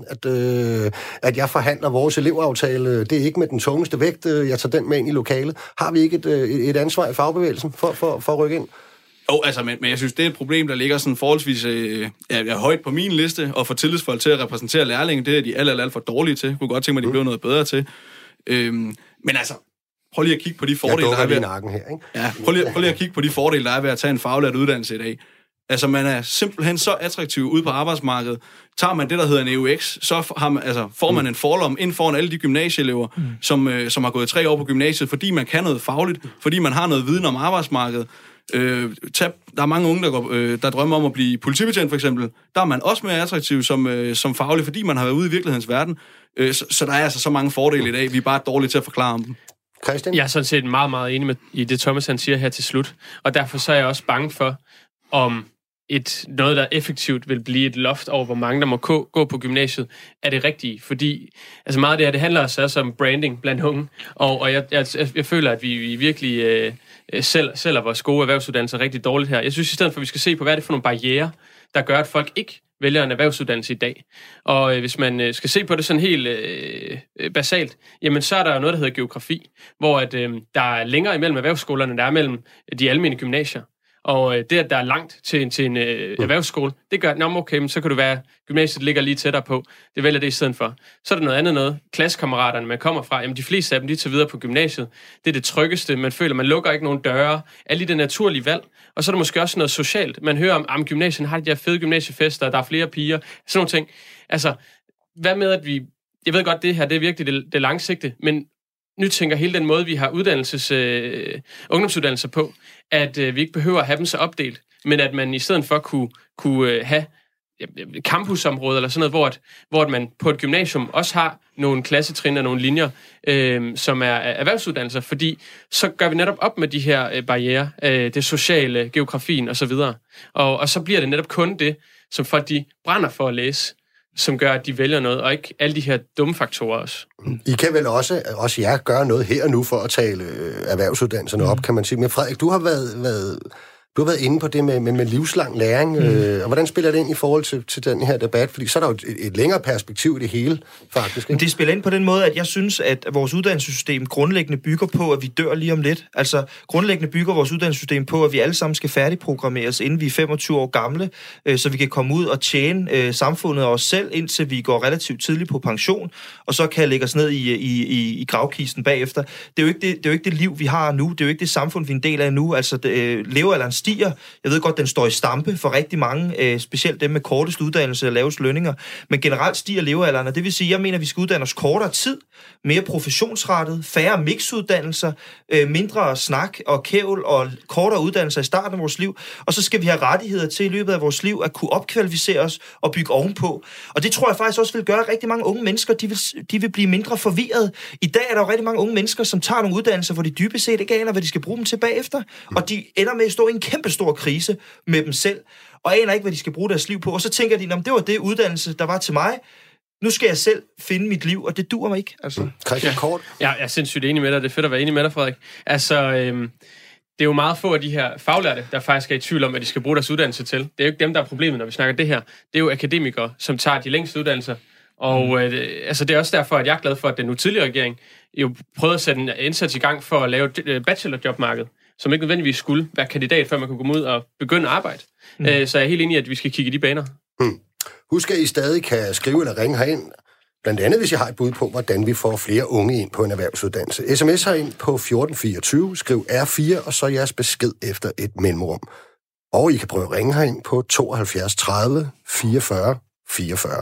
at jeg forhandler vores elevaftale. Det er ikke med den tungeste vægt, jeg tager den med ind i lokalet. Har vi ikke et ansvar i fagbevægelsen for at rykke ind? Jo, altså, men jeg synes, det er et problem, der ligger sådan forholdsvis højt på min liste, og få tillidsfolk til at repræsentere lærlinge, det er de alt for dårlige til. Jeg kunne godt tænke mig, at de bliver noget bedre til. Men altså, prøv lige at kigge på de fordele, der er ved her, ikke? Ja, prøv lige at kigge på de fordele, der er ved at tage en faglært uddannelse i dag. Altså, man er simpelthen så attraktiv ude på arbejdsmarkedet. Tager man det, der hedder en EUX, så får man en forlom ind foran alle de gymnasieelever, som har gået 3 år på gymnasiet, fordi man kan noget fagligt, fordi man har noget viden om arbejdsmarkedet. Der er mange unge, der drømmer om at blive politibetjent, for eksempel. Der er man også mere attraktiv som faglig, fordi man har været ude i virkelighedens verden. Så der er altså så mange fordele i dag. Vi er bare dårlige til at forklare om dem. Christian? Jeg er sådan set meget, meget enig i det, Thomas han siger her til slut. Og derfor så er jeg også bange for, om noget, der effektivt vil blive et loft over, hvor mange der må gå på gymnasiet, er det rigtige. Fordi altså meget af det her, det handler også om branding blandt unge. Og jeg føler, at vi virkelig sælger vores gode erhvervsuddannelser rigtig dårligt her. Jeg synes i stedet for, at vi skal se på, hvad er det for nogle barrierer, der gør, at folk ikke vælger en erhvervsuddannelse i dag. Og hvis man skal se på det sådan helt basalt, jamen så er der jo noget, der hedder geografi, hvor at, der er længere imellem erhvervsskolerne, der er mellem de almene gymnasier. Og det, at der er langt til en erhvervsskole, det gør, men så kan du være, gymnasiet ligger lige tættere på. Det vælger det i stedet for. Så er der noget andet noget. Klassekammeraterne, man kommer fra, jamen de fleste af dem, de tager videre på gymnasiet. Det er det tryggeste. Man føler, man lukker ikke nogen døre. Alle det naturlige valg. Og så er der måske også noget socialt. Man hører om gymnasien har de der fede gymnasiefester, der er flere piger. Sådan nogle ting. Altså, hvad med, at jeg ved godt, det her, det er virkelig det langsigte, men nytænker hele den måde, vi har ungdomsuddannelser på, at vi ikke behøver at have dem så opdelt, men at man i stedet for kunne have campusområder eller sådan noget, hvor man på et gymnasium også har nogle klassetrin og nogle linjer, som er erhvervsuddannelser, fordi så gør vi netop op med de her barrierer, det sociale, geografien osv. Og så bliver det netop kun det, som folk de brænder for at læse, som gør, at de vælger noget, og ikke alle de her dumme faktorer også. I kan vel også jer gøre noget her nu for at tale erhvervsuddannelserne op, kan man sige. Men Frederik, du har været inde på det med livslang læring, og hvordan spiller det ind i forhold til den her debat? Fordi så er der jo et længere perspektiv i det hele, faktisk. Ikke? Det spiller ind på den måde, at jeg synes, at vores uddannelsessystem grundlæggende bygger på, at vi dør lige om lidt. Altså, grundlæggende bygger vores uddannelsessystem på, at vi alle sammen skal færdigprogrammeres, inden vi er 25 år gamle, så vi kan komme ud og tjene samfundet og os selv, indtil vi går relativt tidligt på pension, og så kan lægge os ned i gravkisten bagefter. Det er jo ikke det liv, vi har nu. Det er jo ikke det samfund, vi er en del af nu. Altså, levealderen stiger. Jeg ved godt, den står i stampe for rigtig mange, specielt dem med kortest uddannelse og lavest lønninger, men generelt stiger levealderen, og det vil sige, jeg mener, at vi skal uddanne os kortere tid, mere professionsrettet, færre mixuddannelser, mindre snak og kævl og kortere uddannelser i starten af vores liv, og så skal vi have rettigheder til i løbet af vores liv at kunne opkvalificere os og bygge ovenpå. Og det tror jeg faktisk også vil gøre, at rigtig mange unge mennesker, de vil blive mindre forvirret. I dag er der jo rigtig mange unge mennesker, som tager nogle uddannelser, hvor de dybest set ikke aner, hvad de skal bruge dem til bagefter, og de ender med at stå i en kæmpestor krise med dem selv, og aner ikke, hvad de skal bruge deres liv på. Og så tænker de, det var det uddannelse, der var til mig. Nu skal jeg selv finde mit liv, og det duer mig ikke. Altså. Christian Kort? Ja, jeg er sindssygt enig med dig. Det er fedt at være enig med dig, Frederik. Altså, det er jo meget få af de her faglærte, der faktisk er i tvivl om, at de skal bruge deres uddannelse til. Det er jo ikke dem, der er problemet, når vi snakker det her. Det er jo akademikere, som tager de længste uddannelser. Og det er også derfor, at jeg er glad for, at den nu tidligere regering jo prøvede at sætte en indsats i gang for at lave et bachelorjobmarked, som ikke nødvendigvis skulle være kandidat, før man kunne komme ud og begynde at arbejde. Så jeg er helt enig i, at vi skal kigge i de baner. Husk, at I stadig kan skrive eller ringe herind. Blandt andet, hvis I har et bud på, hvordan vi får flere unge ind på en erhvervsuddannelse. SMS herind på 1424, skriv R4, og så jeres besked efter et mellemrum. Og I kan prøve at ringe herind på 72 30 44 44.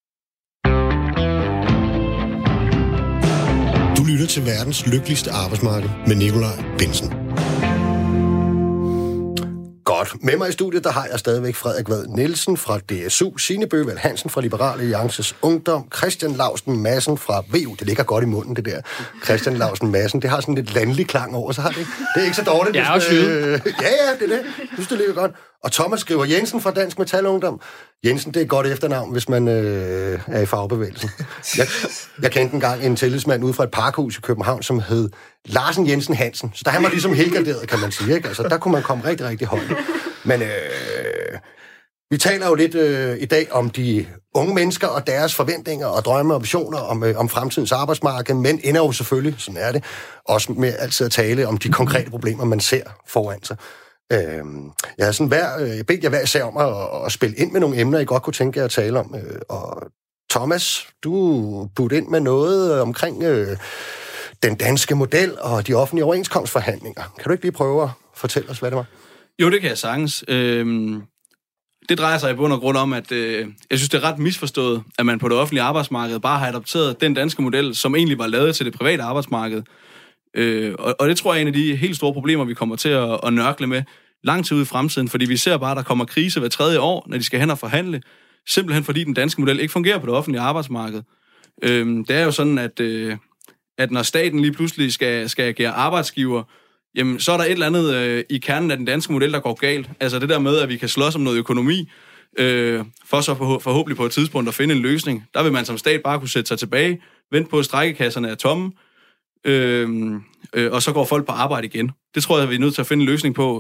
Du lytter til verdens lykkeligste arbejdsmarked med Nikolaj Bensen. Godt. Med mig i studiet, der har jeg stadigvæk Frederik Vad Nielsen fra DSU, Signe Bøgevald Hansen fra Liberal Alliances Ungdom, Christian Lausten Madsen fra VU. Det ligger godt i munden, det der. Christian Lausten Madsen. Det har sådan lidt landlig klang over, så har det ikke. Det er ikke så dårligt. Jeg er også jyde. Ja, det er det. Jeg synes, det ligger godt. Og Thomas skriver Jensen fra Dansk Metal Ungdom. Jensen, det er et godt efternavn, hvis man er i fagbevægelsen. Jeg kendte engang en tillidsmand ude fra et parkhus i København, som hed Larsen Jensen Hansen. Så der han var ligesom helgarderet, kan man sige. Ikke? Altså, der kunne man komme rigtig, rigtig højt. Men vi taler jo lidt i dag om de unge mennesker og deres forventninger og drømme og visioner om fremtidens arbejdsmarked, men ender jo selvfølgelig, sådan er det, også med altid at tale om de konkrete problemer, man ser foran sig. Jeg har sådan bedt jer hver især om at spille ind med nogle emner, I godt kunne tænke jer at tale om. Og Thomas, du budt ind med noget omkring den danske model og de offentlige overenskomstforhandlinger. Kan du ikke lige prøve at fortælle os, hvad det var? Jo, det kan jeg sagtens. Det drejer sig i bund og grund om, at jeg synes, det er ret misforstået, at man på det offentlige arbejdsmarked bare har adopteret den danske model, som egentlig var lavet til det private arbejdsmarked. Og det tror jeg er en af de helt store problemer, vi kommer til at nørkle med lang tid ud i fremtiden, fordi vi ser bare, at der kommer krise hver 3. år, når de skal hen og forhandle, simpelthen fordi den danske model ikke fungerer på det offentlige arbejdsmarked. Det er jo sådan, at når staten lige pludselig skal agere arbejdsgiver, jamen, så er der et eller andet i kernen af den danske model, der går galt. Altså det der med, at vi kan slås om noget økonomi, for så forhåbentlig på et tidspunkt at finde en løsning. Der vil man som stat bare kunne sætte sig tilbage, vente på, at strejkekasserne er tomme, og så går folk på arbejde igen. Det tror jeg, vi er nødt til at finde en løsning på.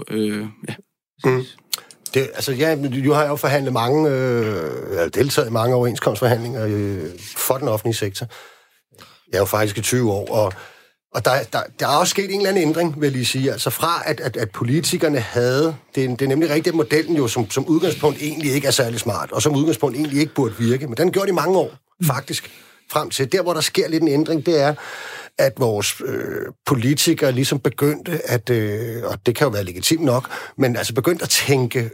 Det, altså, du har jo forhandlet mange, deltaget i mange overenskomstforhandlinger for den offentlige sektor. Jeg er jo faktisk i 20 år, og der er også sket en eller anden ændring, vil jeg lige sige. Altså fra, at politikerne havde... Det er nemlig rigtigt, at modellen jo som udgangspunkt egentlig ikke er særlig smart, og som udgangspunkt egentlig ikke burde virke. Men den gjorde det i mange år, faktisk, frem til. Der, hvor der sker lidt en ændring, det er, at vores politikere ligesom begyndte at... og det kan jo være legitimt nok, men altså begyndte at tænke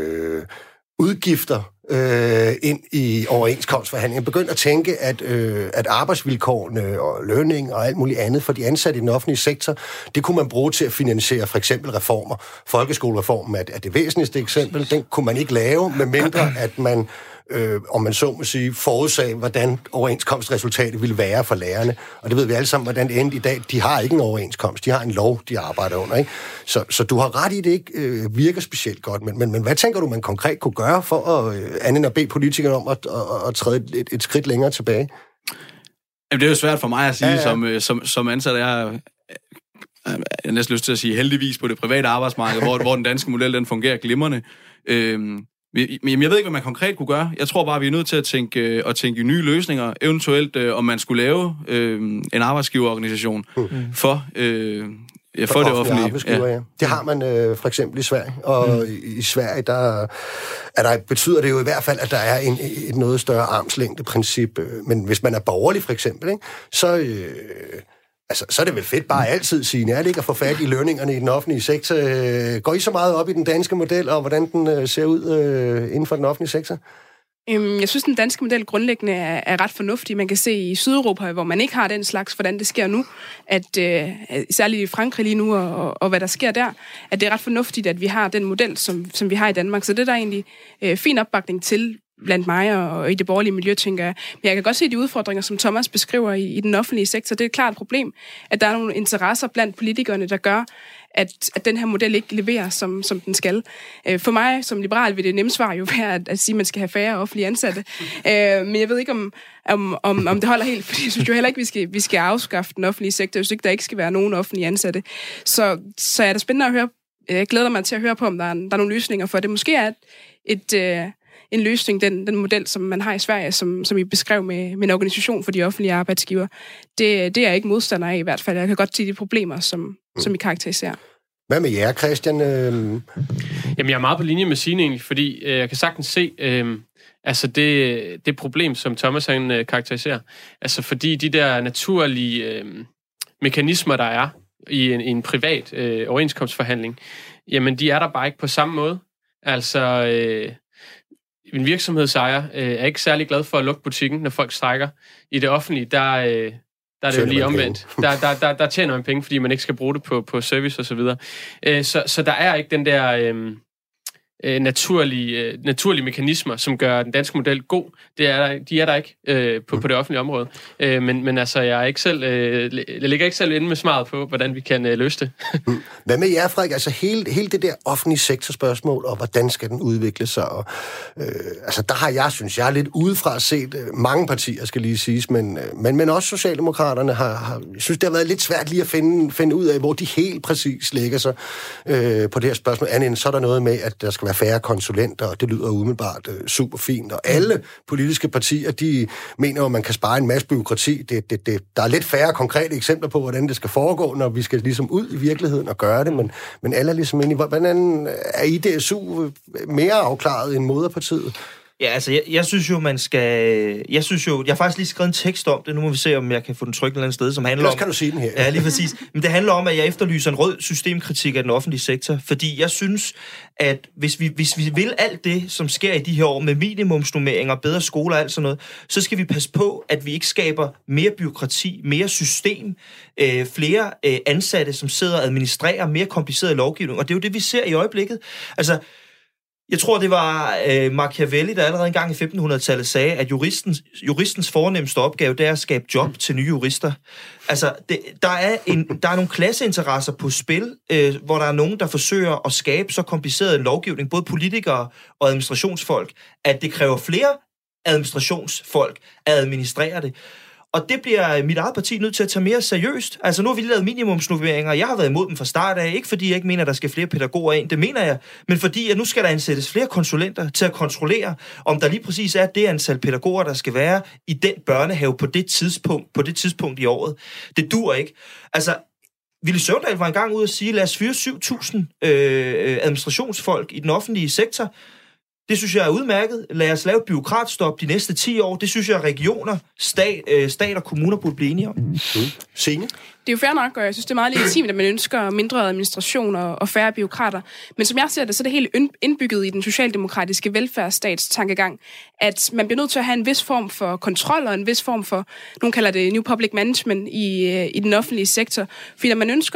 udgifter ind i overenskomstforhandlinger, begyndte at tænke, at arbejdsvilkårene og lønning og alt muligt andet for de ansatte i den offentlige sektor, det kunne man bruge til at finansiere for eksempel reformer. Folkeskolereformen er det væsentligste eksempel. Den kunne man ikke lave, medmindre at man, om man så må sige, forudsag, hvordan overenskomstresultatet ville være for lærerne. Og det ved vi alle sammen, hvordan det endte i dag. De har ikke en overenskomst. De har en lov, de arbejder under. Ikke? Så du har ret i, det ikke virker specielt godt. Men hvad tænker du, man konkret kunne gøre for at bede politikerne om at træde et skridt længere tilbage? Jamen, det er jo svært for mig at sige, som ansat. Jeg har næsten lyst til at sige heldigvis på det private arbejdsmarked, hvor den danske model den fungerer glimrende. Men jeg ved ikke, hvad man konkret kunne gøre. Jeg tror bare, vi er nødt til at tænke i nye løsninger. Eventuelt, om man skulle lave en arbejdsgiverorganisation for det offentlige. Ja. Det har man for eksempel i Sverige. Og i Sverige, betyder det jo i hvert fald, at der er et noget større armslængdeprincip. Men hvis man er borgerlig for eksempel, ikke, så er det vel fedt bare altid, Signe, er det ikke at få fat i lønningerne i den offentlige sektor? Går I så meget op i den danske model, og hvordan den ser ud inden for den offentlige sektor? Jeg synes, den danske model grundlæggende er ret fornuftig. Man kan se i Sydeuropa, hvor man ikke har den slags, hvordan det sker nu, at særligt i Frankrig lige nu, og hvad der sker der, at det er ret fornuftigt, at vi har den model, som vi har i Danmark. Så det er der egentlig fin opbakning til blandt mig og i det borgerlige miljø, tænker jeg. Men jeg kan godt se de udfordringer, som Thomas beskriver i den offentlige sektor. Det er et klart problem, at der er nogle interesser blandt politikerne, der gør, at den her model ikke leverer, som den skal. For mig som liberal vil det nemme svar jo være at sige, at man skal have færre offentlige ansatte. Men jeg ved ikke, om det holder helt, fordi jeg synes jo heller ikke, vi skal afskaffe den offentlige sektor. Jeg synes ikke, der ikke skal være nogen offentlige ansatte. Så er det spændende at høre. Jeg glæder mig til at høre på, om der er nogle løsninger for det. Måske er en løsning, den model, som man har i Sverige, som I beskrev med en organisation for de offentlige arbejdsgiver. Det er jeg ikke modstander af i hvert fald. Jeg kan godt se de problemer, som I karakteriserer. Hvad med jer, Christian? Jamen, jeg er meget på linje med Signe egentlig, fordi jeg kan sagtens se det problem, som Thomas han karakteriserer. Altså, fordi de der naturlige mekanismer, der er i en privat overenskomstforhandling, jamen, de er der bare ikke på samme måde. Altså, en virksomhedsejer er ikke særlig glad for at lukke butikken, når folk strækker. I det offentlige, der er det jo lige omvendt. Der tjener man penge, fordi man ikke skal bruge det på service og så videre. Så der er ikke den der naturlige mekanismer, som gør den danske model god. De er der ikke på det offentlige område. Men altså, jeg ligger ikke selv inde med svaret på, hvordan vi kan løse det. Hvad med jer, Frederik? Altså hele det der offentlige sektorspørgsmål, og hvordan skal den udvikle sig? Og, altså der har jeg lidt udefra set mange partier, skal lige siges, men også Socialdemokraterne har synes, det har været lidt svært lige at finde ud af, hvor de helt præcis lægger sig på det her spørgsmål. Andet så er der noget med, at der skal være færre konsulenter, og det lyder umiddelbart super fint. Og alle politiske partier, de mener jo, at man kan spare en masse byråkrati. Der er lidt færre konkrete eksempler på, hvordan det skal foregå, når vi skal ligesom ud i virkeligheden og gøre det, men alle er ligesom inde i, hvordan er IDSU mere afklaret end moderpartiet? Ja, altså, jeg synes jo, jeg har faktisk lige skrevet en tekst om det, nu må vi se, om jeg kan få den trykt et eller andet sted, som handler om... kan du sige den her. Ja, lige præcis. Men det handler om, at jeg efterlyser en rød systemkritik af den offentlige sektor, fordi jeg synes, at hvis vi vil alt det, som sker i de her år, med minimumsnormeringer, bedre skoler og alt sådan noget, så skal vi passe på, at vi ikke skaber mere byråkrati, mere system, flere ansatte, som sidder og administrerer mere kompliceret lovgivning, og det er jo det, vi ser i øjeblikket. Altså, jeg tror, det var Machiavelli, der allerede engang i 1500-tallet sagde, at juristens fornemmeste opgave, det er at skabe job til nye jurister. Altså, der er nogle klasseinteresser på spil, hvor der er nogen, der forsøger at skabe så kompliceret en lovgivning, både politikere og administrationsfolk, at det kræver flere administrationsfolk at administrere det. Og det bliver mit eget parti nødt til at tage mere seriøst. Altså nu har vi lavet minimumsnormeringer, jeg har været imod dem fra start af, ikke fordi jeg ikke mener, at der skal flere pædagoger ind, det mener jeg, men fordi at nu skal der ansættes flere konsulenter til at kontrollere, om der lige præcis er det antal pædagoger, der skal være i den børnehave på det tidspunkt i året. Det dur ikke. Altså, Villy Søvndal var engang ude at sige, lad os fyre 7.000 administrationsfolk i den offentlige sektor. Det synes jeg er udmærket. Lad os lave et bureaukratstop de næste 10 år. Det synes jeg, regioner, stat og kommuner burde blive enige om. Signe? Det er jo fair nok, og jeg synes, det er meget legitimt, at man ønsker mindre administration og færre bureaukrater. Men som jeg ser det, så er det helt indbygget i den socialdemokratiske velfærdsstatstankegang, at man bliver nødt til at have en vis form for kontrol og en vis form for, nogen kalder det New Public Management i den offentlige sektor. Fordi når man ønsker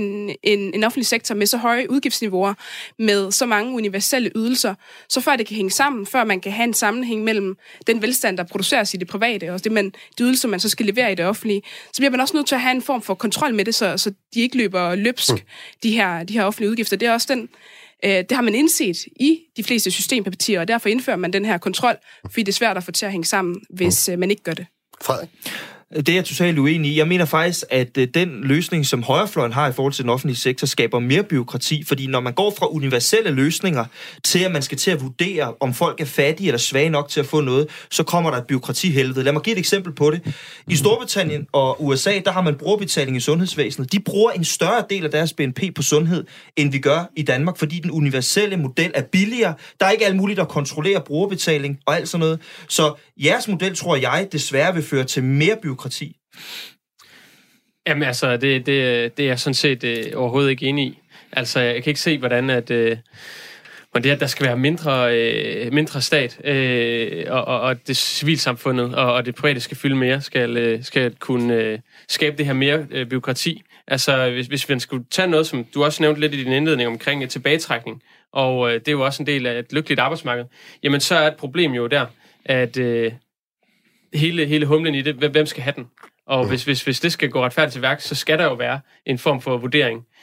en offentlig sektor med så høje udgiftsniveauer, med så mange universelle ydelser, så før det kan hænge sammen, før man kan have en sammenhæng mellem den velstand, der produceres i det private, og de ydelser, man så skal levere i det offentlige, så bliver man også nødt til at have en form for kontrol med det, så de ikke løber løbsk, de her offentlige udgifter. Det er også det har man indset i de fleste systempartier, og derfor indfører man den her kontrol, fordi det er svært at få til at hænge sammen, hvis man ikke gør det. Frederik? Det er jeg totalt uenig i. Jeg mener faktisk, at den løsning, som højrefløjen har i forhold til den offentlige sektor, skaber mere byråkrati, fordi når man går fra universelle løsninger til, at man skal til at vurdere, om folk er fattige eller svage nok til at få noget, så kommer der et byråkratihelvede. Lad mig give et eksempel på det. I Storbritannien og USA, der har man brugerbetaling i sundhedsvæsenet. De bruger en større del af deres BNP på sundhed, end vi gør i Danmark, fordi den universelle model er billigere. Der er ikke alt muligt at kontrollere brugerbetaling og alt sådan noget. Så jeres model, tror jeg, desværre vil føre til mere byråkrati. Jamen altså, det er jeg sådan set overhovedet ikke enig i. Altså, jeg kan ikke se, hvordan at der skal være mindre stat, og det civilsamfundet og det private skal fylde mere, skal kunne skabe det her mere byråkrati. Altså, hvis man skulle tage noget, som du også nævnte lidt i din indledning omkring tilbagetrækning, og det er jo også en del af et lykkeligt arbejdsmarked, jamen så er et problem jo der, at hele humlen i det, hvem skal have den? Og hvis det skal gå retfærdigt til værk, så skal der jo være en form for vurdering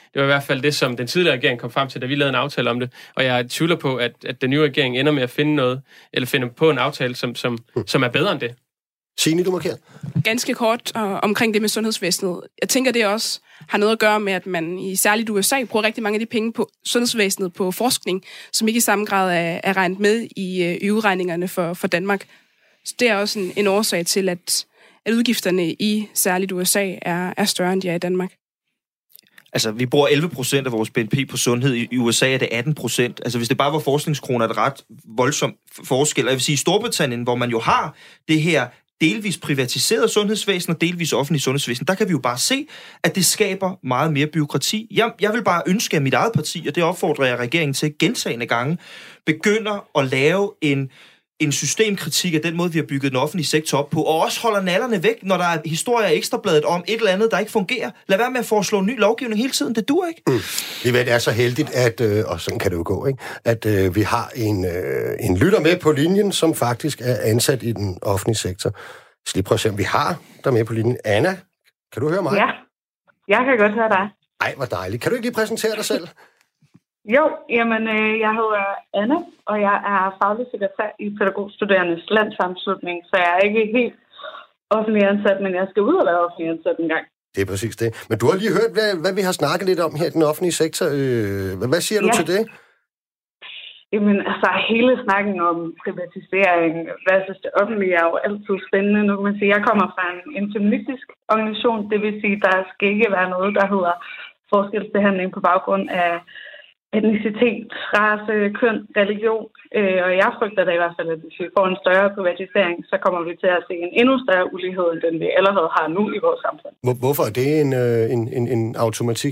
Det var i hvert fald det, som den tidligere regering kom frem til, da vi lavede en aftale om det. Og jeg tvivler på, at den nye regering ender med at finde noget, eller finde på en aftale, som er bedre end det. Signe, du markerer. Ganske kort omkring det med sundhedsvæsenet. Jeg tænker, det også har noget at gøre med, at man i særligt USA bruger rigtig mange af de penge på sundhedsvæsenet, på forskning, som ikke i samme grad er regnet med i udregningerne for Danmark. Så det er også en årsag til, at udgifterne i særligt USA er større, end de er i Danmark. Altså, vi bruger 11% af vores BNP på sundhed. I USA er det 18%. Altså, hvis det bare var forskningskroner, er det ret voldsom forskel. Og jeg vil sige, i Storbritannien, hvor man jo har det her delvis privatiseret sundhedsvæsen og delvis offentlig sundhedsvæsen, der kan vi jo bare se, at det skaber meget mere byråkrati. Jeg vil bare ønske, at mit eget parti, og det opfordrer jeg regeringen til gentagne gange, begynder at lave en systemkritik af den måde, vi har bygget den offentlige sektor op på, og også holder nallerne væk, når der er historier i Ekstrabladet om et eller andet, der ikke fungerer. Lad være med at foreslå ny lovgivning hele tiden. Det dur ikke. Det er så heldigt, at, og sådan kan det jo gå, ikke? At vi har en lytter med på linjen, som faktisk er ansat i den offentlige sektor. Så lige prøv at se, om vi har der med på linjen. Anna, kan du høre mig? Ja, jeg kan godt høre dig. Ej, hvor dejligt. Kan du ikke lige præsentere dig selv? Jo, jamen, jeg hedder Anna, og jeg er faglig sekretær i Pædagogstuderendes Landssammenslutning, så jeg er ikke helt offentlig ansat, men jeg skal ud og være offentlig ansat en gang. Det er præcis det. Men du har lige hørt, hvad vi har snakket lidt om her i den offentlige sektor. Hvad siger du til det? Jamen, altså, hele snakken om privatisering versus det offentlige er jo altid spændende. Nu kan man sige, jeg kommer fra en feministisk organisation, det vil sige, der skal ikke være noget, der hedder forskelsbehandling på baggrund af etnicitet, race, køn, religion. Og jeg frygter da i hvert fald, at hvis vi får en større privatisering, så kommer vi til at se en endnu større ulighed, end den vi allerede har nu i vores samfund. Hvorfor er det en automatik?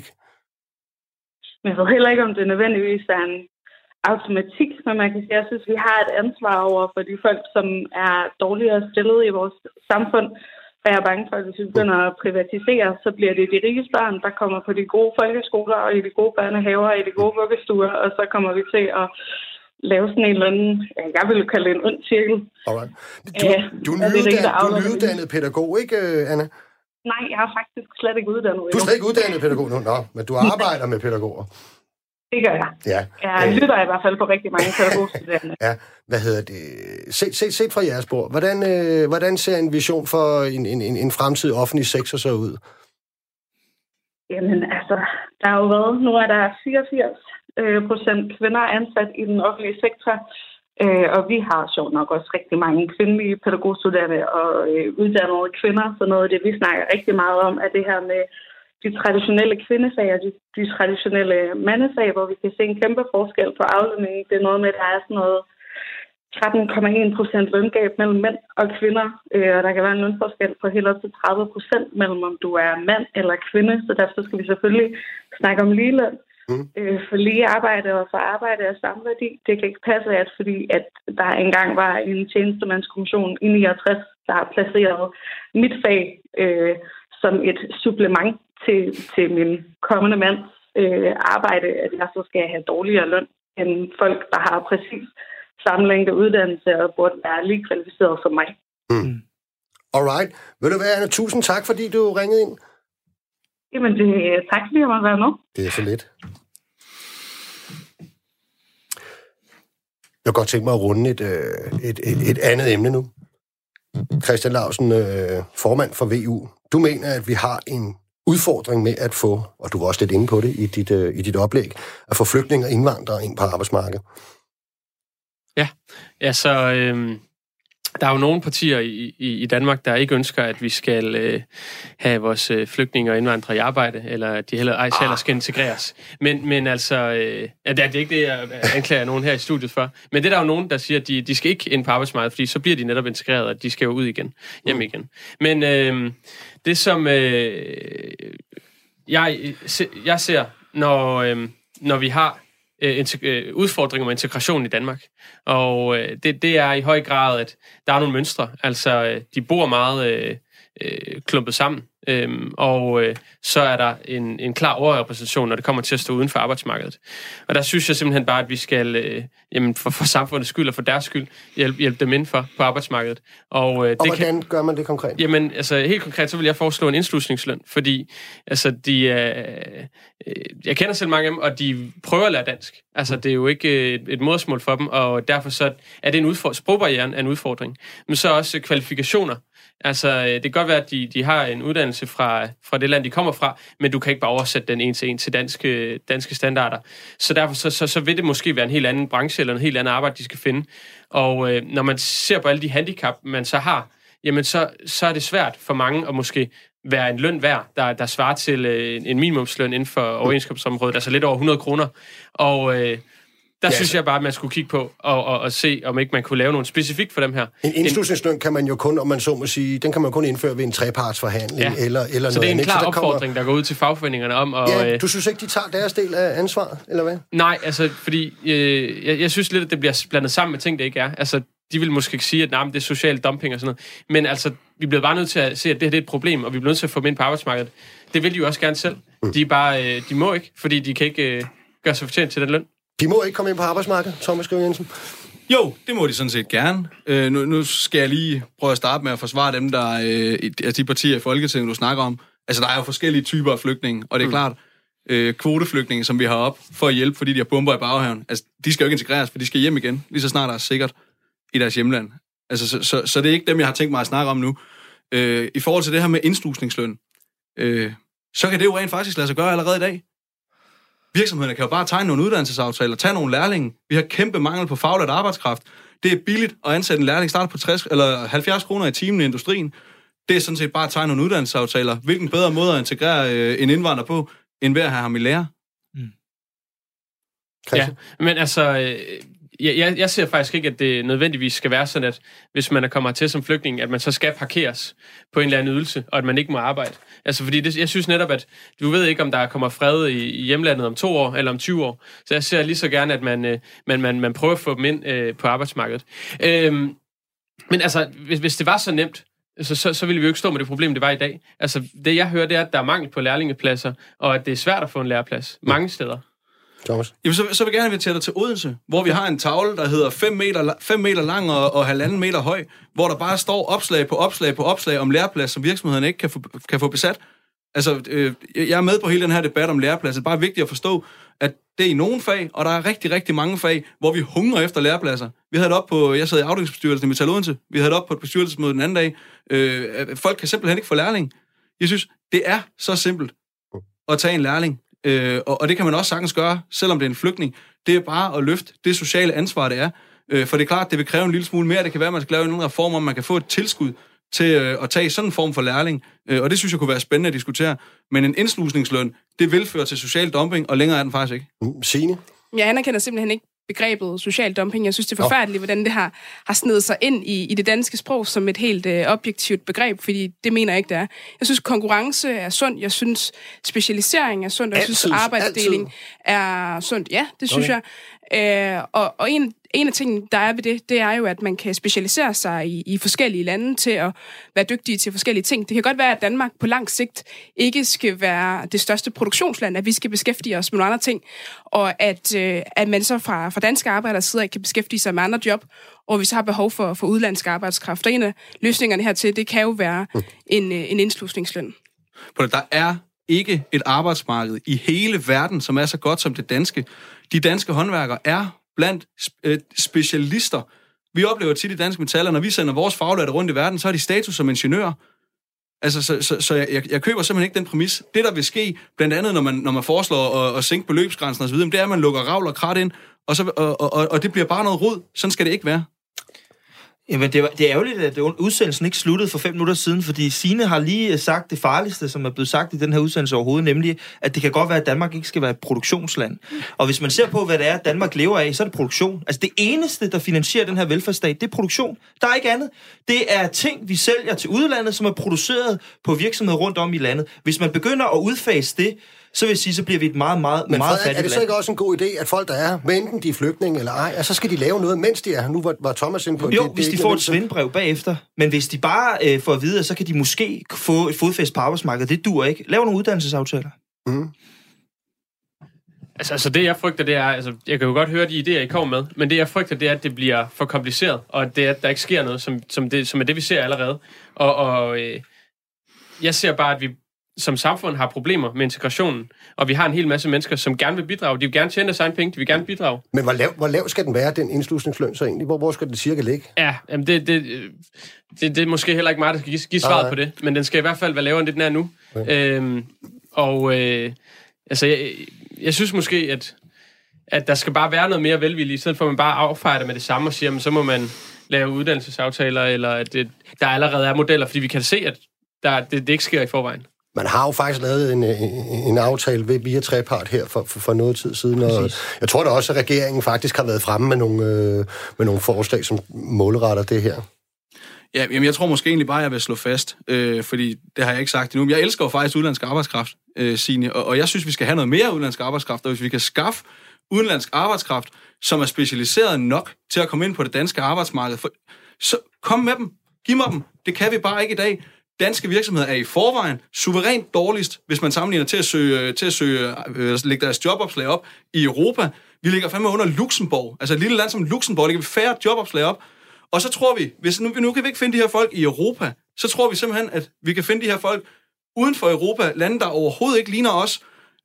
Men jeg ved heller ikke, om det nødvendigvis er en automatik, men man kan sige, at jeg synes, vi har et ansvar over for de folk, som er dårligere stillet i vores samfund. Og jeg er bange for, at hvis vi begynder at privatisere, så bliver det de rige børn, der kommer på de gode folkeskoler og i de gode børnehaver og i de gode vuggestuer, og så kommer vi til at lave sådan en eller anden, jeg vil kalde det en ond cirkel. Alright. Du er nyuddannet pædagog, ikke, Anna? Nej, jeg er faktisk slet ikke uddannet. Du er slet ikke uddannet pædagog nu? Nå, men du arbejder med pædagoger. Det gør jeg. Ja. Jeg lytter i hvert fald på rigtig mange pædagogstuderende. Ja, hvad hedder det? Set fra jeres bord. Hvordan ser en vision for en fremtidig offentlig sektor så ud? Jamen, altså, der har jo været, nu er der 84% kvinder ansat i den offentlige sektor, og vi har sjovt nok også rigtig mange kvindelige pædagogstuderende og uddannede kvinder, så noget af det, vi snakker rigtig meget om, er det her med de traditionelle kvindefag og de traditionelle mandefag, hvor vi kan se en kæmpe forskel på aflønningen. Det er noget med, at der er sådan noget 13,1% løngab mellem mænd og kvinder, og der kan være en lønforskel på helt op til 30% mellem, om du er mand eller kvinde, så derfor skal vi selvfølgelig snakke om ligeløn. For lige arbejde og for arbejde af samme værdi. Det kan ikke passe, at fordi at der engang var en tjenestemandskommission i 69, der har placeret mit fag som et supplement til min kommende mands arbejde, at jeg så skal have dårligere løn end folk, der har præcis samme længde uddannelse og burde være lige kvalificeret som mig. Alright. Vil du være, Anna? Tusind tak, fordi du ringede ind. Jamen, tak fordi jeg måtte være med. Det er så lidt. Jeg kan godt tænke mig at runde et andet emne nu. Christian Lausen, formand for VU. Du mener, at vi har en udfordring med at få, og du var også lidt inde på det i dit oplæg, at få flygtninge og indvandrere ind på arbejdsmarkedet. Ja, altså, der er jo nogle partier i Danmark, der ikke ønsker, at vi skal have vores flygtninge og indvandrere i arbejde, eller at de heller skal integreres. Men altså, det er ikke det, jeg anklager nogen her i studiet for. Men det er der jo nogen, der siger, at de skal ikke ind på arbejdsmarkedet, fordi så bliver de netop integreret, og de skal jo ud igen, hjem igen. Men det, som jeg ser, når vi har udfordringer med integration i Danmark. Og det er i høj grad, at der er nogle mønstre. Altså, de bor meget klumpet sammen. Og så er der en klar overrepræsentation, når det kommer til at stå uden for arbejdsmarkedet. Og der synes jeg simpelthen bare, at vi skal for samfundets skyld og for deres skyld hjælpe dem indenfor på arbejdsmarkedet. Og hvordan gør man det konkret? Jamen, altså helt konkret, så vil jeg foreslå en indslusningsløn, fordi altså, jeg kender selv mange af dem, og de prøver at lære dansk. Altså, det er jo ikke et modersmål for dem, og derfor så er det en udfordring. Sprogbarrieren er en udfordring. Men så også kvalifikationer. Altså, det kan godt være, at de har en uddannelse fra det land, de kommer fra, men du kan ikke bare oversætte den en til danske standarder. Så derfor så vil det måske være en helt anden branche eller en helt anden arbejde, de skal finde. Og når man ser på alle de handicap, man så har, jamen så er det svært for mange at måske være en løn værd, der svarer til en minimumsløn inden for overenskomstområdet, altså lidt over 100 kroner. Og der synes jeg bare, at man skulle kigge på og se, om ikke man kunne lave noget specifikt for dem her. En indslusningsløn kan man jo kun, om man så må sige, den kan man kun indføre ved en trepartsforhandling eller noget andet. Så det er en klar opfordring, der går ud til fagforeningerne om. Du synes ikke, de tager deres del af ansvaret, eller hvad? Nej, altså, fordi jeg synes lidt, at det bliver blandet sammen med ting, det ikke er. Altså, de vil måske sige, at det er social dumping og sådan noget. Men altså, vi bliver bare nødt til at se, at det her er et problem, og vi bliver nødt til at få dem ind på arbejdsmarkedet. Det vil de jo også gerne selv. De må ikke, fordi de kan ikke gøre sig fortjent til den løn. De må ikke komme ind på arbejdsmarkedet, Thomas Skriver Jensen? Jo, det må de sådan set gerne. Nu skal jeg lige prøve at starte med at forsvare dem, der er de partier i Folketinget, du snakker om. Altså, der er jo forskellige typer af flygtninge, og det er klart, kvoteflygtninge, som vi har op for at hjælpe, fordi de har bomber i baghaven. Altså, de skal jo ikke integreres, for de skal hjem igen, lige så snart der er sikkert i deres hjemland. Altså, så det er ikke dem, jeg har tænkt mig at snakke om nu. I forhold til det her med indslusningsløn, så kan det jo rent faktisk lade sig gøre allerede i dag. Virksomhederne kan jo bare tegne nogle uddannelsesaftaler, tage nogle lærlinge. Vi har kæmpe mangel på faglært arbejdskraft. Det er billigt at ansætte en lærling, starte på 60 eller 70 kroner i timen i industrien. Det er sådan set bare at tegne nogle uddannelsesaftaler. Hvilken bedre måde at integrere en indvandrer på, end ved at have ham i lære? Ja, men altså, jeg ser faktisk ikke, at det nødvendigvis skal være sådan, at hvis man er kommet til som flygtning, at man så skal parkeres på en eller anden ydelse, og at man ikke må arbejde. Altså, fordi jeg synes netop, at du ved ikke, om der kommer fred i hjemlandet om 2 år eller om 20 år. Så jeg ser lige så gerne, at man prøver at få dem ind på arbejdsmarkedet. Men altså, hvis det var så nemt, så ville vi jo ikke stå med det problem, det var i dag. Altså, det jeg hører, det er, at der er mangel på lærlingepladser, og at det er svært at få en læreplads mange steder. Thomas? Jamen, så vil jeg gerne invitere dig til Odense, hvor vi har en tavle, der hedder 5 meter lang og 1,5 meter høj, hvor der bare står opslag på opslag på opslag om læreplads, som virksomhederne ikke kan få besat. Altså, jeg er med på hele den her debat om læreplads. Det er bare vigtigt at forstå, at det er i nogle fag, og der er rigtig, rigtig mange fag, hvor vi hungrer efter lærepladser. Vi havde det op på, jeg sad i afdelingsbestyrelsen i Metal Odense, vi havde det op på et bestyrelsesmøde den anden dag. Folk kan simpelthen ikke få lærling. Jeg synes, det er så simpelt at tage en lærling. Og det kan man også sagtens gøre, selvom det er en flygtning. Det er bare at løfte det sociale ansvar, det er. For det er klart, det vil kræve en lille smule mere. Det kan være, at man skal lave en reform, om man kan få et tilskud til at tage sådan en form for lærling. Og det synes jeg kunne være spændende at diskutere. Men en indslusningsløn, det vil føre til social dumping, og længere er den faktisk ikke. Signe? Jeg anerkender simpelthen ikke begrebet social dumping. Jeg synes, det er forfærdeligt, hvordan det har snedet sig ind i det danske sprog som et helt objektivt begreb, fordi det mener jeg ikke, det er. Jeg synes, konkurrence er sundt. Jeg synes, specialisering er sundt. Jeg synes, arbejdsdeling er sundt. Ja, det synes jeg. Og en af tingene, der er ved det er jo, at man kan specialisere sig i forskellige lande til at være dygtige til forskellige ting. Det kan godt være, at Danmark på lang sigt ikke skal være det største produktionsland, at vi skal beskæftige os med nogle andre ting, og at man så fra danske arbejdere side ikke kan beskæftige sig med andre job, og vi så har behov for udlandsk arbejdskraft. Og en af løsningerne hertil, det kan jo være en indslusningsløn. Der er ikke et arbejdsmarked i hele verden, som er så godt som det danske. De danske håndværkere er blandt specialister. Vi oplever tit i danske metaller, når vi sender vores faglærte rundt i verden, så har de status som ingeniører. Altså, så jeg køber simpelthen ikke den præmis. Det, der vil ske, blandt andet, når man foreslår at sænke beløbsgrænsen osv., det er, at man lukker ravl og krat ind, og det bliver bare noget rod. Sådan skal det ikke være. Jamen, det er ærgerligt, at udsendelsen ikke sluttede for 5 minutter siden, fordi Signe har lige sagt det farligste, som er blevet sagt i den her udsendelse overhovedet, nemlig, at det kan godt være, at Danmark ikke skal være et produktionsland. Og hvis man ser på, hvad det er, Danmark lever af, så er det produktion. Altså, det eneste, der finansierer den her velfærdsstat, det er produktion. Der er ikke andet. Det er ting, vi sælger til udlandet, som er produceret på virksomheder rundt om i landet. Hvis man begynder at udfase det, så vil jeg sige, så bliver vi et meget fattigt land. Er det så ikke også en god idé, at folk, der er, hvad enten de er flygtninge eller ej, så skal de lave noget, mens de er her? Nu var Thomas inde på jo, hvis de får et svindbrev bagefter. Men hvis de bare får at vide, så kan de måske få et fodfæst på arbejdsmarkedet. Det duer ikke. Lav nogle uddannelsesaftaler. Mm. Altså det, jeg frygter, det er... Altså, jeg kan jo godt høre de idéer, I kommer med, men det, jeg frygter, det er, at det bliver for kompliceret, og at der ikke sker noget, som er det, vi ser allerede. Jeg ser bare, at vi som samfund har problemer med integrationen, og vi har en hel masse mennesker, som gerne vil bidrage. De vil gerne tjene deres egen penge, de vil gerne bidrage. Men hvor lav skal den være, den indslusningsløn så egentlig? Hvor skal det cirka ligge? Ja, jamen det er måske heller ikke mig, der skal give svaret på det, men den skal i hvert fald være lavere, end det den er nu. Okay. Jeg synes måske, at der skal bare være noget mere velvilje, i stedet for at man bare affejder med det samme og siger, men så må man lave uddannelsesaftaler, eller at der allerede er modeller, fordi vi kan se, at det ikke sker i forvejen. Man har jo faktisk lavet en aftale via trepart her for noget tid siden, og jeg tror da også, at regeringen faktisk har været fremme med nogle forslag, som målretter det her. Ja, jamen jeg tror måske egentlig bare, at jeg vil slå fast, fordi det har jeg ikke sagt endnu. Men jeg elsker jo faktisk udenlandsk arbejdskraft, Signe, og jeg synes, vi skal have noget mere udenlandsk arbejdskraft, og hvis vi kan skaffe udenlandsk arbejdskraft, som er specialiseret nok til at komme ind på det danske arbejdsmarked, så kom med dem, giv mig dem. Det kan vi bare ikke i dag. Danske virksomheder er i forvejen suverænt dårligst, hvis man sammenligner til at lægge deres jobopslag op i Europa. Vi ligger fandme under Luxembourg. Altså et lille land som Luxembourg ligger færre jobopslag op. Og så tror vi, hvis nu kan vi ikke finde de her folk i Europa, så tror vi simpelthen, at vi kan finde de her folk uden for Europa, lande, der overhovedet ikke ligner os.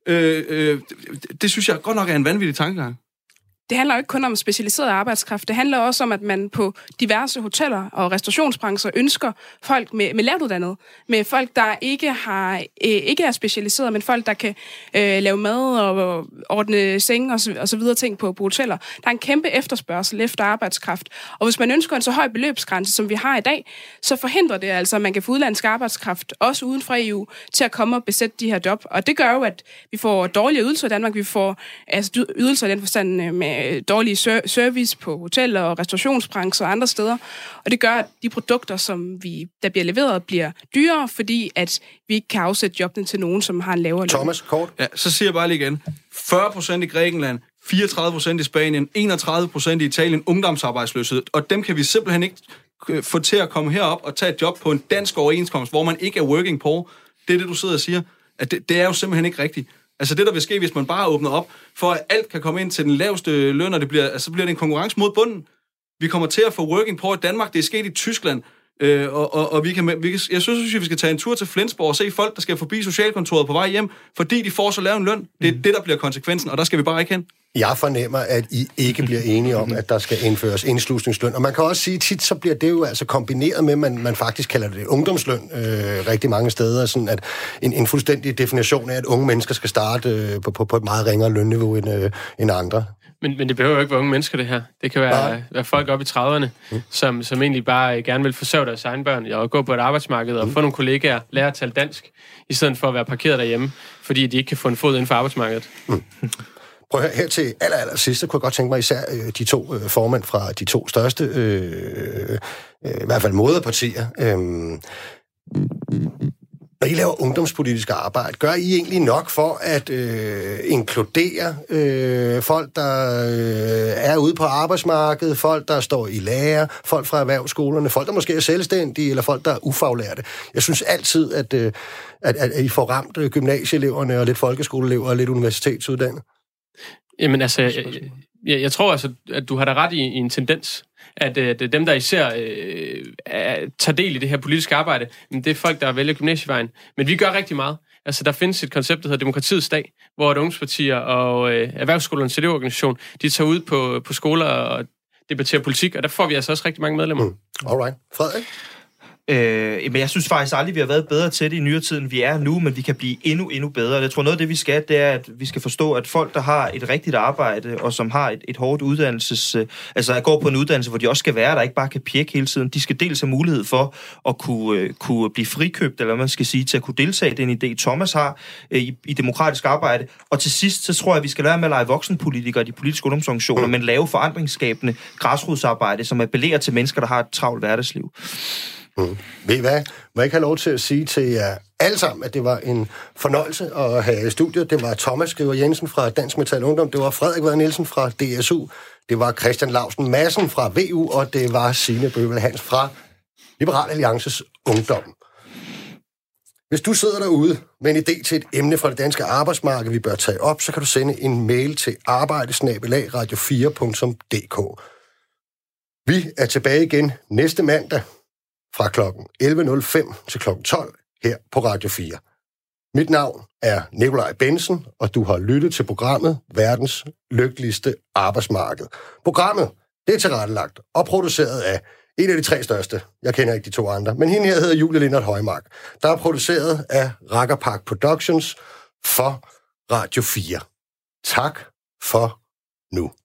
Det synes jeg godt nok er en vanvittig tankegang. Det handler jo ikke kun om specialiseret arbejdskraft. Det handler også om, at man på diverse hoteller og restaurationsbrancher ønsker folk med lavt uddannet. Med folk, der ikke er specialiseret, men folk, der kan lave mad og ordne senge og så videre ting på hoteller. Der er en kæmpe efterspørgsel efter arbejdskraft. Og hvis man ønsker en så høj beløbsgrænse, som vi har i dag, så forhindrer det altså, at man kan få udenlandsk arbejdskraft, også uden fra EU, til at komme og besætte de her job. Og det gør jo, at vi får dårlige ydelser i Danmark. Vi får ydelser i den forstand med dårlige service på hoteller og restaurationsbrancher og andre steder. Og det gør, at de produkter, der bliver leveret, bliver dyrere, fordi at vi ikke kan afsætte jobbene til nogen, som har en lavere løn. Thomas, kort. Ja, så siger jeg bare lige igen. 40% i Grækenland, 34% i Spanien, 31% i Italien, ungdomsarbejdsløshed. Og dem kan vi simpelthen ikke få til at komme herop og tage et job på en dansk overenskomst, hvor man ikke er working poor. Det er det, du sidder og siger. At det er jo simpelthen ikke rigtigt. Altså det, der vil ske, hvis man bare åbner op, for at alt kan komme ind til den laveste løn, og så bliver det en konkurrence mod bunden. Vi kommer til at få working poor i Danmark. Det er sket i Tyskland. Og jeg synes, vi skal tage en tur til Flensborg og se folk, der skal forbi socialkontoret på vej hjem, fordi de får så lav en løn. Det er det, der bliver konsekvensen, og der skal vi bare ikke hen. Jeg fornemmer, at I ikke bliver enige om, at der skal indføres indslusningsløn. Og man kan også sige, tit så bliver det jo altså kombineret med, man faktisk kalder det ungdomsløn rigtig mange steder. Sådan at en fuldstændig definition af, at unge mennesker skal starte på et meget ringere lønniveau end andre. Men det behøver jo ikke være unge mennesker, det her. Det kan være folk op i 30'erne, som egentlig bare gerne vil forsørge deres egne børn og gå på et arbejdsmarked og få nogle kollegaer, lære at tale dansk, i stedet for at være parkeret derhjemme, fordi de ikke kan få en fod inden for arbejdsmarkedet. Prøv at høre, her til aller sidst, så kunne jeg godt tænke mig især de to formænd fra de to største, i hvert fald moderpartier. Når I laver ungdomspolitisk arbejde, gør I egentlig nok for at inkludere folk, der er ude på arbejdsmarkedet, folk, der står i lære, folk fra erhvervsskolerne, folk, der måske er selvstændige, eller folk, der er ufaglærte? Jeg synes altid, at I får ramt gymnasieeleverne og lidt folkeskoleelever og lidt universitetsuddannede. Jamen altså, jeg tror altså, at du har da ret i en tendens, at dem, der især tager del i det her politiske arbejde, det er folk, der vælger gymnasievejen. Men vi gør rigtig meget. Altså, der findes et koncept, der hedder Demokratiets Dag, hvor ungdomspartier og erhvervsskolernes elevorganisation, de tager ud på skoler og debatterer politik, og der får vi altså også rigtig mange medlemmer. Alright. Frederik? Men jeg synes faktisk aldrig, vi har været bedre til det i nyere tid, end vi er nu, men vi kan blive endnu bedre. Jeg tror, noget af det, vi skal, det er, at vi skal forstå, at folk, der har et rigtigt arbejde, og som har et hårdt altså går på en uddannelse, hvor de også skal være der, ikke bare kan pjekke hele tiden, de skal dels have mulighed for at kunne blive frikøbt, eller hvad man skal sige, til at kunne deltage i den idé, Thomas har i demokratisk arbejde. Og til sidst, så tror jeg, at vi skal lære med at lege voksenpolitikere og de politiske ungdomsorganisationer, men lave forandringsskabende græsrodsarbejde, som appellerer til mennesker, der har et travlt hverdagsliv. Ved I hvad? Må jeg ikke have lov til at sige til jer alle sammen, at det var en fornøjelse at have i studiet. Det var Thomas Skriver Jensen fra Dansk Metal Ungdom, det var Frederik Vad Nielsen fra DSU, det var Christian Lausen Madsen fra VU, og det var Signe Bøvel Hans fra Liberal Alliances Ungdom. Hvis du sidder derude med en idé til et emne fra det danske arbejdsmarked, vi bør tage op, så kan du sende en mail til arbejde@radio4.dk. Vi er tilbage igen næste mandag fra kl. 11.05 til kl. 12 her på Radio 4. Mit navn er Nikolaj Bensen, og du har lyttet til programmet Verdens Lykkeligste Arbejdsmarked. Programmet det er tilrettelagt og produceret af en af de 3 største. Jeg kender ikke de 2 andre, men hende her hedder Julie Lindert Højmark. Der er produceret af Rakkerpark Productions for Radio 4. Tak for nu.